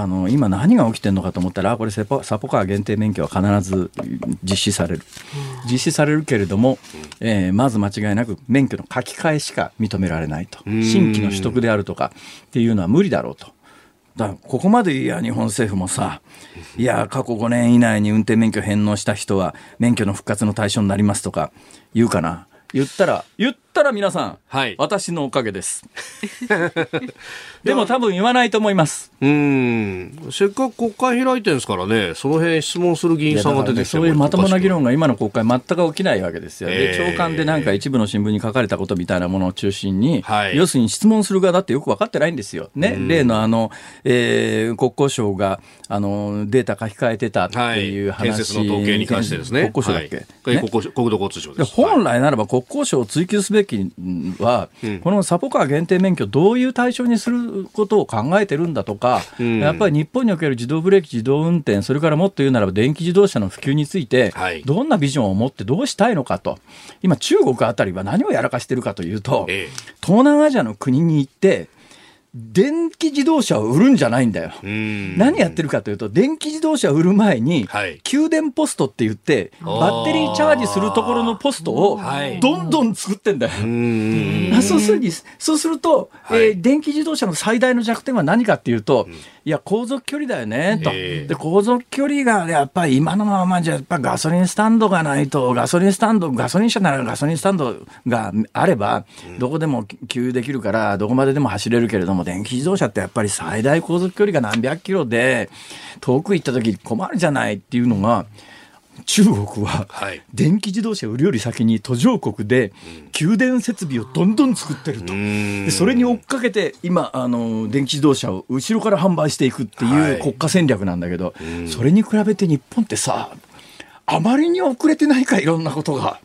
今何が起きてるのかと思ったら、これサポカー限定免許は必ず実施されるけれども、まず間違いなく免許の書き換えしか認められないと。新規の取得であるとかっていうのは無理だろうと。だここまでいや日本政府もさ、いや過去5年以内に運転免許返納した人は免許の復活の対象になりますとか言うかな。言ったら皆さん、私のおかげですでも多分言わないと思います。 せっかく国会開いてるんですからね、その辺質問する議員さんが出てきて、 そういうまともな議論が今の国会全く起きないわけですよ。で長官でなんか一部の新聞に書かれたことみたいなものを中心に、要するに質問する側だってよく分かってないんですよ、ね。例の国交省がデータ書き換えてたっていう話、 建設の統計に関してですね。 国交省だっけ、 国土交通省です。 本来ならば国交省を追及すべ機は、このサポカー限定免許どういう対象にすることを考えてるんだとか、やっぱり日本における自動ブレーキ、自動運転、それからもっと言うならば電気自動車の普及について、どんなビジョンを持ってどうしたいのかと。今中国あたりは何をやらかしてるかというと、東南アジアの国に行って電気自動車を売るんじゃないんだよ。何やってるかというと、電気自動車を売る前に、給電ポストって言ってバッテリーチャージするところのポストをどんどん作ってんだよ。そうすると、電気自動車の最大の弱点は何かっていうと、いや航続距離だよねと。で航続距離がやっぱり今のままじゃやっぱガソリンスタンドがないと、ガソリン車ならガソリンスタンドがあればどこでも給油できるからどこまででも走れるけれども、電気自動車ってやっぱり最大航続距離が何百キロで遠く行った時困るじゃないっていうのが、中国は電気自動車を売るより先に途上国で給電設備をどんどん作ってると。でそれに追っかけて今電気自動車を後ろから販売していくっていう国家戦略なんだけど、それに比べて日本ってさ、あまりに遅れてないか、いろんなことが。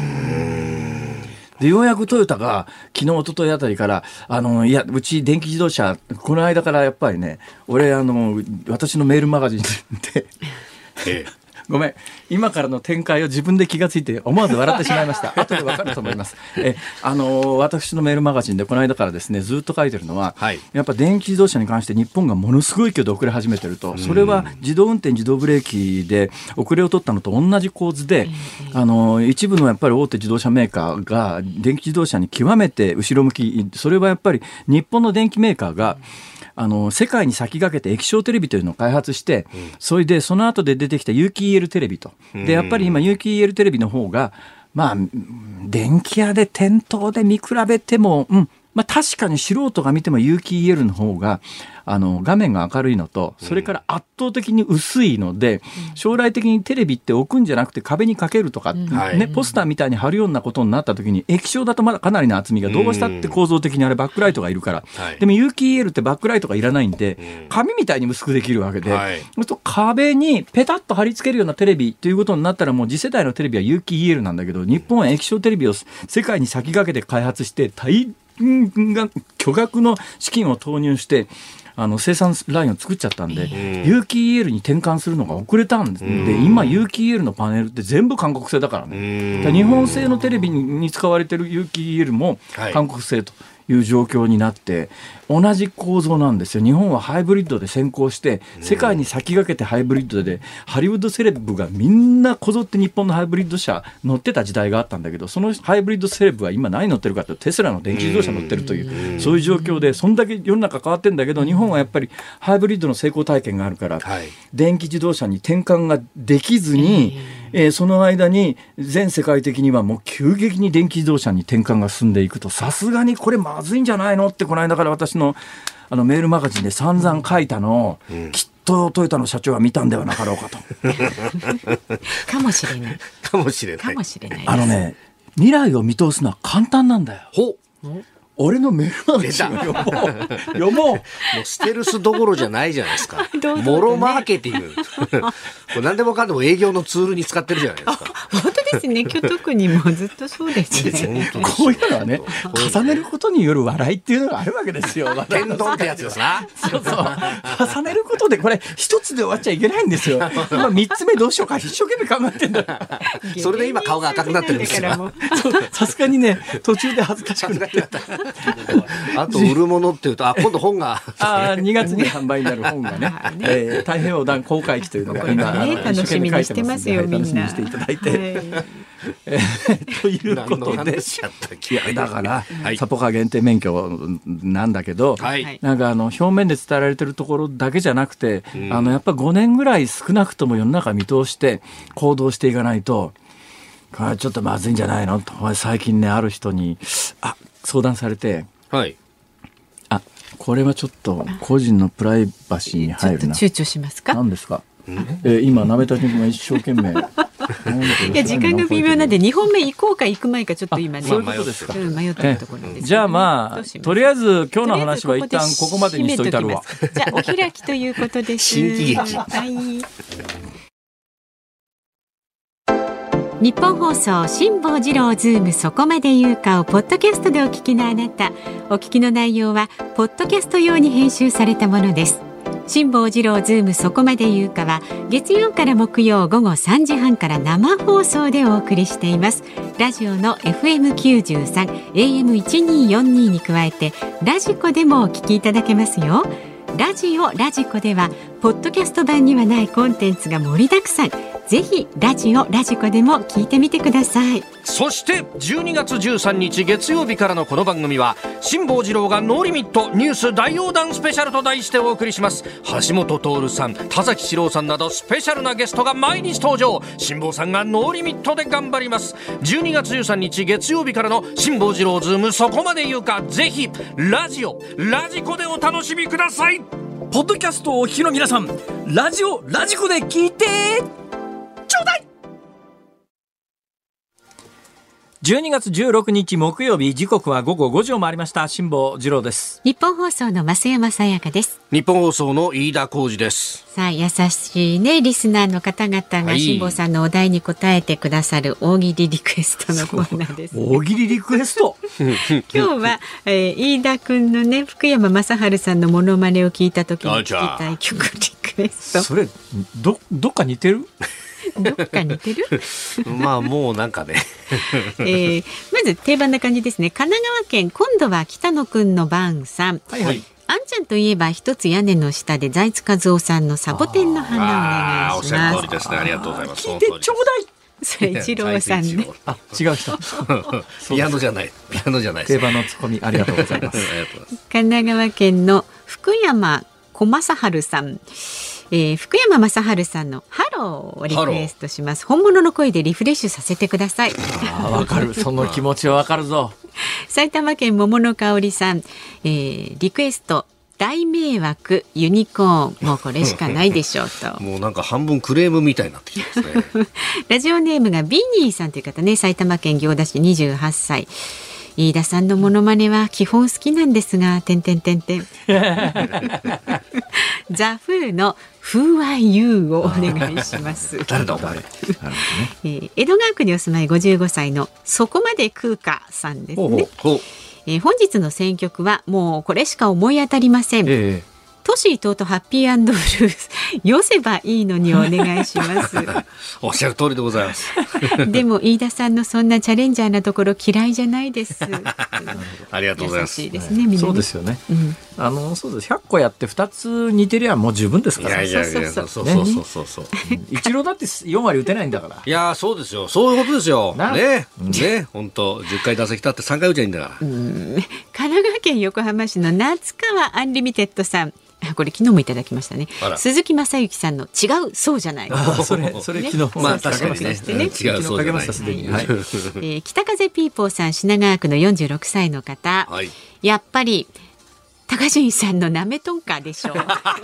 でようやくトヨタが昨日一昨日あたりからいやうち電気自動車この間からやっぱりね、俺私のメールマガジンでごめん、今からの展開を自分で気がついて思わず笑ってしまいました。後で分かると思います。私のメールマガジンでこの間からですね、ずっと書いてるのは、やっぱ電気自動車に関して日本がものすごい勢いで遅れ始めてると。それは自動運転自動ブレーキで遅れを取ったのと同じ構図で、一部のやっぱり大手自動車メーカーが電気自動車に極めて後ろ向き。それはやっぱり日本の電気メーカーが世界に先駆けて液晶テレビというのを開発して、それでその後で出てきた有機 EL テレビと。でやっぱり今有機 EL テレビの方が電気屋で店頭で見比べても、確かに素人が見ても有機 EL の方が画面が明るいのと、それから圧倒的に薄いので、将来的にテレビって置くんじゃなくて壁にかけるとか、ポスターみたいに貼るようなことになった時に、液晶だとまだかなりの厚みがどうしたって構造的にあれバックライトがいるから、でも有機 EL ってバックライトがいらないんで紙みたいに薄くできるわけで、壁にペタッと貼り付けるようなテレビということになったら、もう次世代のテレビは有機 EL なんだけど、日本は液晶テレビを世界に先駆けて開発して巨額の資金を投入して生産ラインを作っちゃったんで、有機 EL に転換するのが遅れたんですで、今有機 EL のパネルって全部韓国製だからね。日本製のテレビに使われてる有機 EL も韓国製という状況になって、同じ構造なんですよ。日本はハイブリッドで先行して世界に先駆けてハイブリッドで、ハリウッドセレブがみんなこぞって日本のハイブリッド車乗ってた時代があったんだけど、そのハイブリッドセレブは今何乗ってるかというとテスラの電気自動車乗ってるという、そういう状況で、そんだけ世の中変わってんだけど、日本はやっぱりハイブリッドの成功体験があるから、電気自動車に転換ができずに、その間に全世界的にはもう急激に電気自動車に転換が進んでいくと、さすがにこれまずいんじゃないのって、この間から私のメールマガジンで散々書いたのを、きっとトヨタの社長は見たんではなかろうかと。 かもしれない。 かもしれない。 未来を見通すのは簡単なんだよ。俺のメールマガジンを読もう。もうステルスどころじゃないじゃないですか。モロマーケティング。何でもかんでも営業のツールに使ってるじゃないですか。 本当ですね。今日特にもうずっとそうですね。 こういうのはね、重ねることによる笑いっていうのがあるわけですよ。 天丼ってやつですな。 そうそう。重ねることでこれ一つで終わっちゃいけないんですよ。今3つ目どうしようか一生懸命考えてんだ。 それで今顔が赤くなってるんですよ。 さすがにね、途中で恥ずかしくなってた。 あと売るものっていうと、今度本が 2月に販売になる本がね、太平洋横断公開期というのが今楽しみにしてますよ、みんな。 楽しみにしていただいて、ということで、だからサポカー限定免許なんだけど、なんか表面で伝えられてるところだけじゃなくて、やっぱ5年ぐらい少なくとも世の中見通して行動していかないと、ちょっとまずいんじゃないのと最近ね、ある人に相談されて、これはちょっと個人のプライバシーに入るな。 ちょっと躊躇しますか。 何ですか。今なめた君が一生懸命いや時間が微妙なんで2本目行こうか行く前かちょっと今ね、 そういうことですか。 迷ってるところです。 じゃあとりあえず今日の話は一旦ここまでにしといたるわ。 じゃあお開きということです。 新喜劇。 日本放送辛坊治郎ズームそこまで言うかをポッドキャストでお聞きのあなた、お聞きの内容はポッドキャスト用に編集されたものです。辛坊治郎ズームそこまで言うかは月曜から木曜午後3時半から生放送でお送りしています。ラジオの FM93 AM1242 に加えてラジコでもお聞きいただけますよ。ラジオラジコではポッドキャスト版にはないコンテンツが盛りだくさん。ぜひラジオラジコでも聞いてみてください。 そして12月13日月曜日からのこの番組は辛坊治郎がノーリミットニュース大横断スペシャルと題してお送りします。橋本徹さん、田崎史郎さんなどスペシャルなゲストが毎日登場。辛坊さんがノーリミットで頑張ります。12月13日月曜日からの辛坊治郎ズームそこまで言うか、ぜひラジオラジコでお楽しみください。 ポッドキャストをお聞きの皆さん、ラジオラジコで聞いてちょうだい。12月16日木曜日、時刻は午後5時を回りました。辛坊治郎です。 日本放送の増山さやかです。 日本放送の飯田浩二です。 さあ、優しいねリスナーの方々が辛坊さんのお題に答えてくださる大喜利リクエストのコーナーです、ね、 大喜利リクエスト今日は、飯田くんのね福山雅治さんのモノマネを聞いた時に聞きたい曲リクエスト。 それ どっか似てるどっか似てるまあもうなんかね、 まず定番な感じですね。神奈川県、今度は北野くんの番さん。 はいはい。 あんちゃんといえば一つ屋根の下で財津和夫さんのサボテンの花をお願いします。 おっしゃる通りですね。ありがとうございます。 聞いてちょうだい。 それ一郎さんね。 あ、違う人ピアノじゃない。ピアノじゃない。 定番のツッコミありがとうございます。 神奈川県の福山小正治さん、福山雅治さんのハローをリクエストします。本物の声でリフレッシュさせてください。 わかる、その気持ちはわかるぞ。 埼玉県桃の香りさん、リクエスト大迷惑ユニコーン、もうこれしかないでしょうともうなんか半分クレームみたいになってきてますね。 ラジオネームがビニーさんという方ね、埼玉県行田市28歳。飯田さんのモノマネは基本好きなんですが、ザ・フーの Who are you をお願いします。 誰だお前。 江戸川区にお住まい55歳のそこまで食うかさんですね。本日の選曲はもうこれしか思い当たりません。トシ伊藤とハッピー&ブルース、よせばいいのにお願いしますおっしゃる通りでございます。 でも飯田さんのそんなチャレンジャーなところ嫌いじゃないですありがとうございます。 優しいですね、みんなね。 そうですよね、そうです。100個やって2つ似てりゃもう十分ですから。 いやそう一郎だって4割打てないんだから。 いやそうですよ、そういうことですよね。本当10回打席立って3回打ちゃいいんだから。 神奈川県横浜市の夏川アンリミテッドさん、これ昨日もいただきましたね。鈴木正幸さんの違うそうじゃない。 それ昨日、 まあ確かにね、違うそうじゃない。 北風ピーポーさん、品川区の46歳の方、やっぱり高純さんのなめとんかでしょう。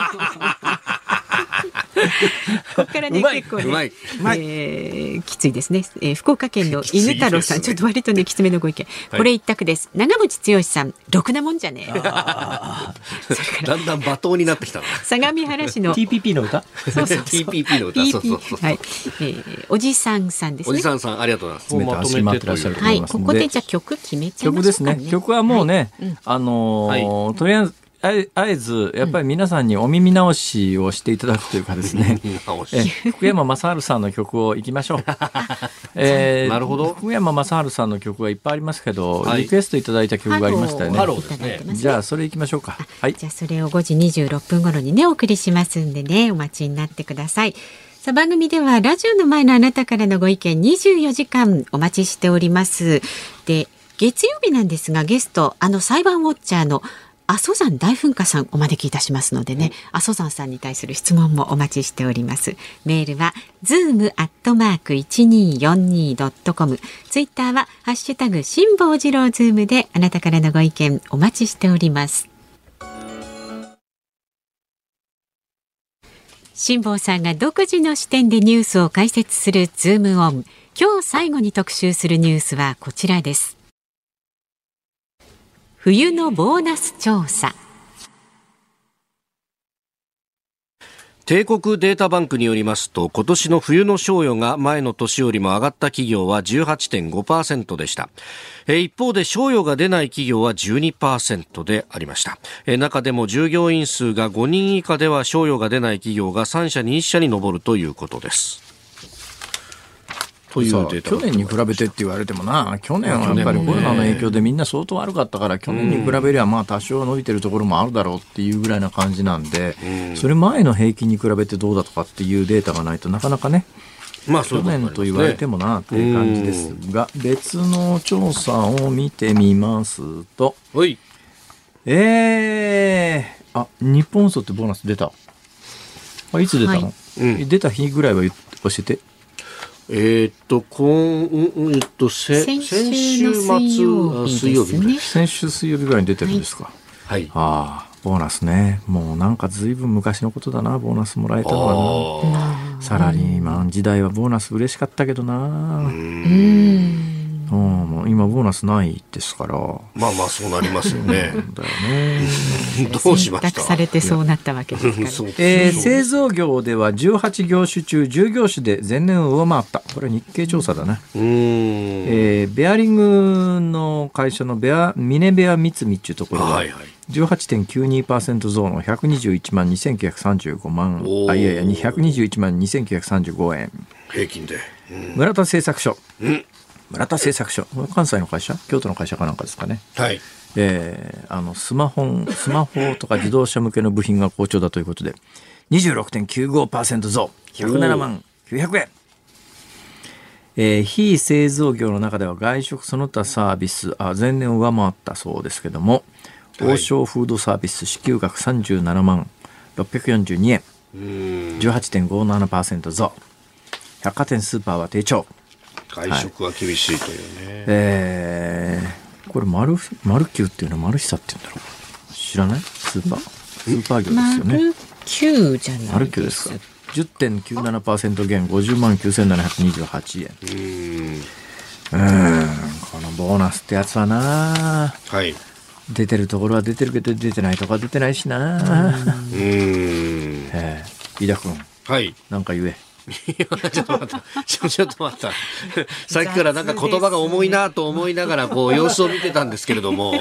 ここからね結構ね、きついですね。福岡県の犬太郎さん、ちょっと割とねきつめのご意見。これ一択です。長渕剛さん、ろくなもんじゃねえ。 だんだん罵倒になってきた。 相模原市の TPP の歌。 TPP の歌。 はい。おじさんさんですね。 おじさんさん、ありがとうございます。 まとめてらっしゃると思います。 ここでじゃあ曲決めちゃいましょうかね。 曲ですね。曲はもうね、とりあえずやっぱり皆さんにお耳直しをしていただくというかですね、福山雅治さんの曲をいきましょう。 なるほど。 福山雅治さんの曲はいっぱいありますけど、リクエストいただいた曲がありましたよね。じゃあそれいきましょうか。 じゃあそれを5時26分頃にねお送りしますんでね、お待ちになってください。さあ、番組ではラジオの前のあなたからのご意見24時間お待ちしております。で、月曜日なんですが、ゲスト裁判ウォッチャーの阿蘇山大噴火さんお招きいたしますのでね、阿蘇山さんに対する質問もお待ちしております。メールは zoom@1242.com、 ツイッターはハッシュタグ辛坊治郎ズームであなたからのご意見お待ちしております。辛坊さんが独自の視点でニュースを解説するズームオン。今日最後に特集するニュースはこちらです。冬のボーナス調査。 帝国データバンクによりますと、今年の冬の賞与が前の年よりも上がった企業は 18.5% でした。一方で賞与が出ない企業は 12% でありました。中でも従業員数が5人以下では賞与が出ない企業が3社に1社に上るということです。 というデータ去年に比べてって言われてもな、去年はやっぱりコロナの影響でみんな相当悪かったから、去年に比べりゃまあ多少伸びてるところもあるだろうっていうぐらいな感じなんで、それ前の平均に比べてどうだとかっていうデータがないとなかなかね、 まあ去年と言われてもなっていう感じですが、別の調査を見てみますと、 日本層ってボーナス出た？いつ出たの？出た日ぐらいは教えて。 先週末水曜日、ね、 先週水曜日ぐらいに出てるんですか。 はい。 ボーナスね。もうなんかずいぶん昔のことだな、ボーナスもらえたのはな。サラリーマン時代はボーナス嬉しかったけどな。今ボーナスないですから。 まあまあそうなりますよね。 だよね。 どうしました？選択されてそうなったわけですから。 製造業では18業種中10業種で前年を上回った。これは日経調査だね。ベアリングの会社のミネベア三菱っていうところが 18.92% 増の121万2935万121万2935円平均で。 村田製作所。村田製作所、関西の会社、京都の会社かなんかですかね。 はい。 スマホとか自動車向けの部品が好調だということで 26.95% 増107万900円。非製造業の中では外食その他サービス前年を上回ったそうですけども、王将フードサービス支給額37万642円 18.57% 増。百貨店スーパーは低調。 外食は厳しいというね。 これマルキューっていうのはマルヒサっていうんだろう。知らない？スーパー業ですよね。 マルキューじゃないですか。 マルキューですか。10.97% 減50万9728円。このボーナスってやつはな、 はい、 出てるところは出てるけど出てないところは出てないしな。飯田君、 はい、 なんか言え。 ちょっと待った。さっきからなんか言葉が重いなと思いながらこう様子を見てたんですけれども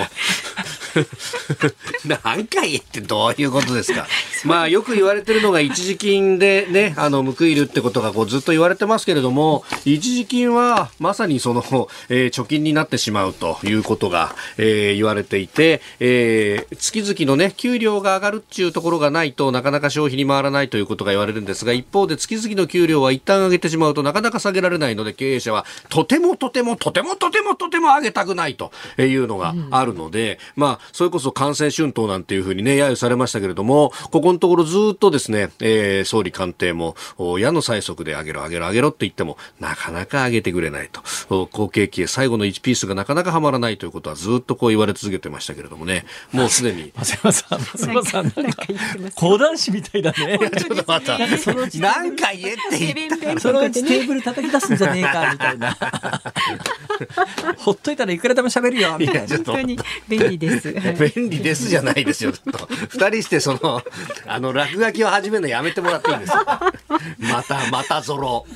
何回言ってどういうことですか。まあよく言われてるのが一時金でね、報いるってことがこうずっと言われてますけれども、一時金はまさにその、貯金になってしまうということが、言われていて、月々のね給料が上がるっていうところがないとなかなか消費に回らないということが言われるんですが、一方で月々の給料は一旦上げてしまうとなかなか下げられないので、経営者はとても上げたくないというのがあるので、まあそれこそ官製春闘なんていうふうにね揶揄されましたけれども、ここのところずっとですね、総理官邸も矢の催促で上げろって言ってもなかなか上げてくれないと、好景気へ最後の1ピースがなかなかはまらないということはずっとこう言われ続けてましたけれどもね、もうすでに松山さんなんか講談師みたいだね。 ちょっと待った、何回言って言ったそのうちテーブル叩き出すんじゃねえかみたいなほっといたらいくらでも喋るよみたいな。 本当に便利です便利ですじゃないですよ。二人してその落書きを始めるのやめてもらっていいですか。またゾロ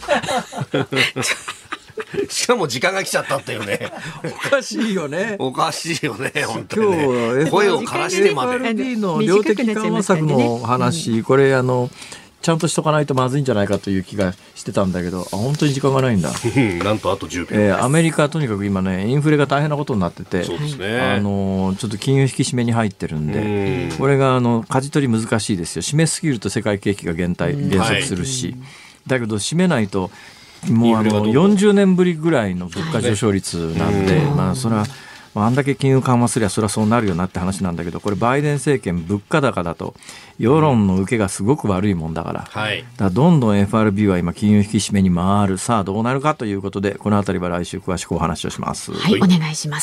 しかも時間が来ちゃったっていうね。 おかしいよね。 本当にね。 声を枯らしてまで。 FRB の量的緩和策の話、これちゃんとしとかないとまずいんじゃないかという気がしてたんだけど、本当に時間がないんだ。 なんとあと10秒。 アメリカはとにかく今ねインフレが大変なことになってて、 そうですね、 ちょっと金融引き締めに入ってるんで、これが舵取り難しいですよ。締めすぎると世界景気が減速するし、だけど締めないともう40年ぶりぐらいの物価上昇率なんで、まあそれはあんだけ金融緩和すりゃそりゃそうなるよなって話なんだけど、これバイデン政権物価高だと世論の受けがすごく悪いもんだから、だからどんどん FRB は今金融引き締めに回る。さあどうなるかということで、このあたりは来週詳しくお話をします。 はい、お願いします。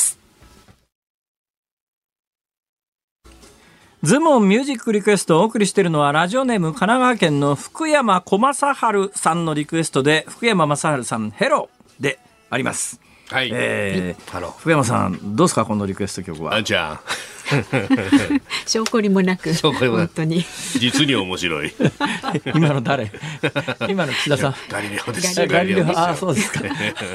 ズモンミュージックリクエストをお送りしているのは、ラジオネーム神奈川県の福山小正春さんのリクエストで、福山雅治さんヘロであります。 はい。 福山さんどうですかこのリクエスト曲は。 あんちゃん。 証拠りもなく本当に実に面白い。 今の誰？今の岸田さん。 ガリレオです。 ガリレオ。ああそうですか。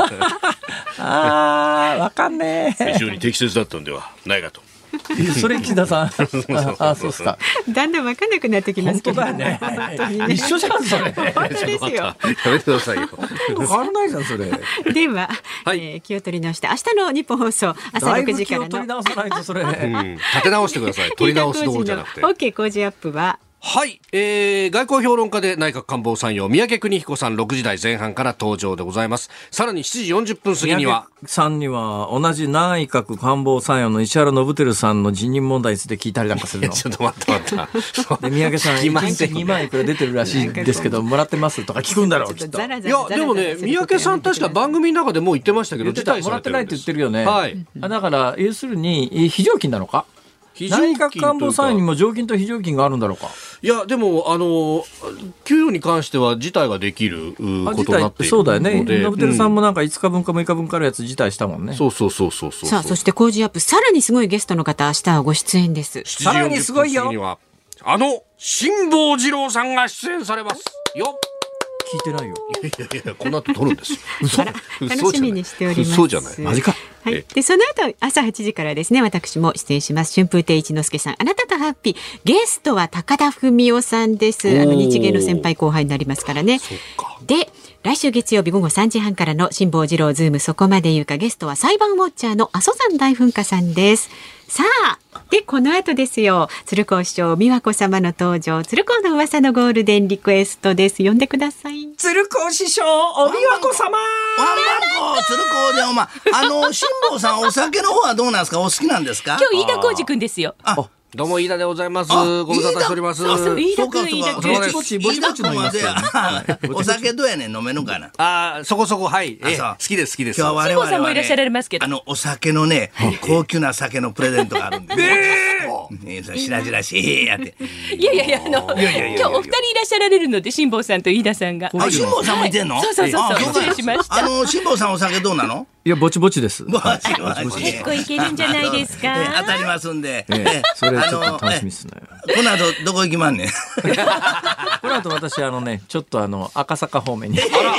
ああわかんねえ。 非常に適切だったんではないかと。 それ岸田さん。あそうですか。 だんだん分かんなくなってきますけど。 本当だよね。一緒じゃんそれ。 本当ですよ。 やめてくださいよ。 変わらないじゃんそれ。 では、気を取り直して明日の日本放送朝6時からの。 気を取り直さないとそれ。 立て直してください。取り直すどころじゃなくて。 OK 工事アップは。 はい、外交評論家で内閣官房参与三宅邦彦さん6時台前半から登場でございます。さらに7時40分過ぎには三宅さんには同じ内閣官房参与の石原伸晃さんの辞任問題について聞いたりなんかするの。 ちょっと待ったで三宅さん1日2万いくら出てるらしいですけどもらってますとか聞くんだろうきっと。いやでもね三宅さん確か番組の中でもう言ってましたけど辞退もらってないって言ってるよね。 はい。 だから要するに非常勤なのか。内閣官房参与にも常勤と非常勤があるんだろうか。 いやでも給与に関しては辞退ができることになっている。 そうだよね。伸晃さんもなんか5日分か6日分かのやつ辞退したもんね。 そう。 さあそして工事アップさらにすごいゲストの方明日はご出演です。 さらにすごいよ。 辛坊治郎さんが出演されますよ。 聞いてないよ。 いやこの後撮るんです。 楽しみにしております。 嘘じゃない。 マジか。 はい。でその後朝8時からですね私も出演します。春風亭一之輔さんあなたとハッピーゲストは高田文夫さんです。日芸の先輩後輩になりますからね。で来週月曜日午後3時半からの辛坊治郎ズームそこまで言うかゲストは裁判ウォッチャーの阿蘇山大噴火さんです。さあでこの後ですよ鶴光師匠美和子様の登場鶴光の噂のゴールデンリクエストです。呼んでください。 鶴光師匠お美和子様鶴光でお前辛坊さんお酒の方はどうなんですかお好きなんですか。 今日飯田浩司くんですよ。 どうも飯田でございます。ご無沙汰しております。 飯田君ぼちぼち飲みますよ。 お酒どうやねん飲めるかな。 そこそこはい好きです。 今日は我々 さんもいらっしゃられますけどお酒のね高級な酒のプレゼントがあるんで白々しいやっていや今日お二人いらっしゃられるので辛坊さんと飯田さんが。 辛坊さんもいてんの。 そう失礼しました。 辛坊さんお酒どうなの。 いやぼちぼちです。 結構いけるんじゃないですか。 当たりますんで。 それちょっと楽しみですね。 この後どこ行きまんねん。 この後私ちょっと赤坂方面に。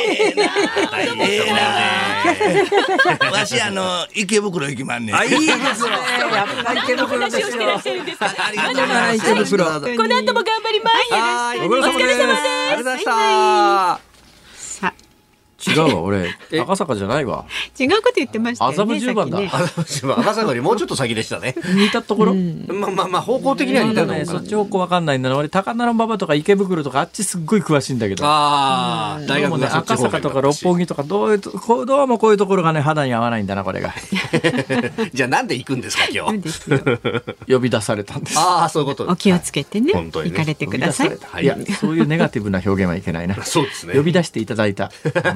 わし池袋行きまんねん。 いいですね。やっぱ池袋ですよ。 ありがとうございます。 池袋。 この後も頑張ります。 お疲れ様です。ありがとうございました。違うわ俺赤坂じゃないわ。 違うこと言ってましたよね。 麻布十番だ。 赤坂よりもうちょっと先でしたね。 似たところ。 まあ方向的には似たのかそっち方向わかんないんだな。俺高田馬場とか池袋とかあっちすっごい詳しいんだけど。大学も赤坂とか六本木とかどうもこういうところがね肌に合わないんだなこれが。 じゃあなんで行くんですか今日。 呼び出されたんです。 そういうこと。 お気をつけてね。行かれてください。 いやそういうネガティブな表現はいけないな。 そうですね。 呼び出していただいた。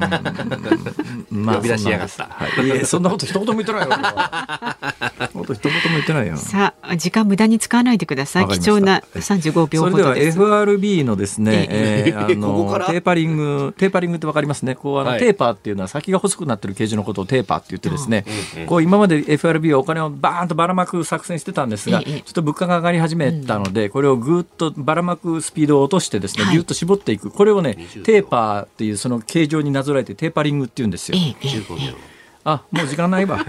呼び出しやがった。 そんなこと一言も言ってないよ。一言も言ってないよ。 さあ時間無駄に使わないでください。貴重な35秒ほどです。 それでは FRB のですねテーパリングってわかりますね。テーパーっていうのは先が細くなってる形状のことをテーパーって言ってですね今まで FRB はお金をバーンとばらまく作戦してたんですがちょっと物価が上がり始めたのでこれをぐっとばらまくスピードを落としてですねぎゅっと絞っていくこれをねテーパーっていうその形状になぞらえてテーパリングっていうんですよ。もう時間ないわ。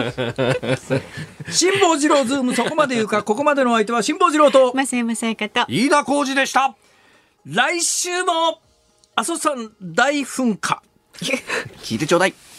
辛坊治郎ズームそこまで言うかここまでの相手は辛坊治郎と増山さやかと飯田浩司でした。 来週も阿蘇山大噴火聞いてちょうだい。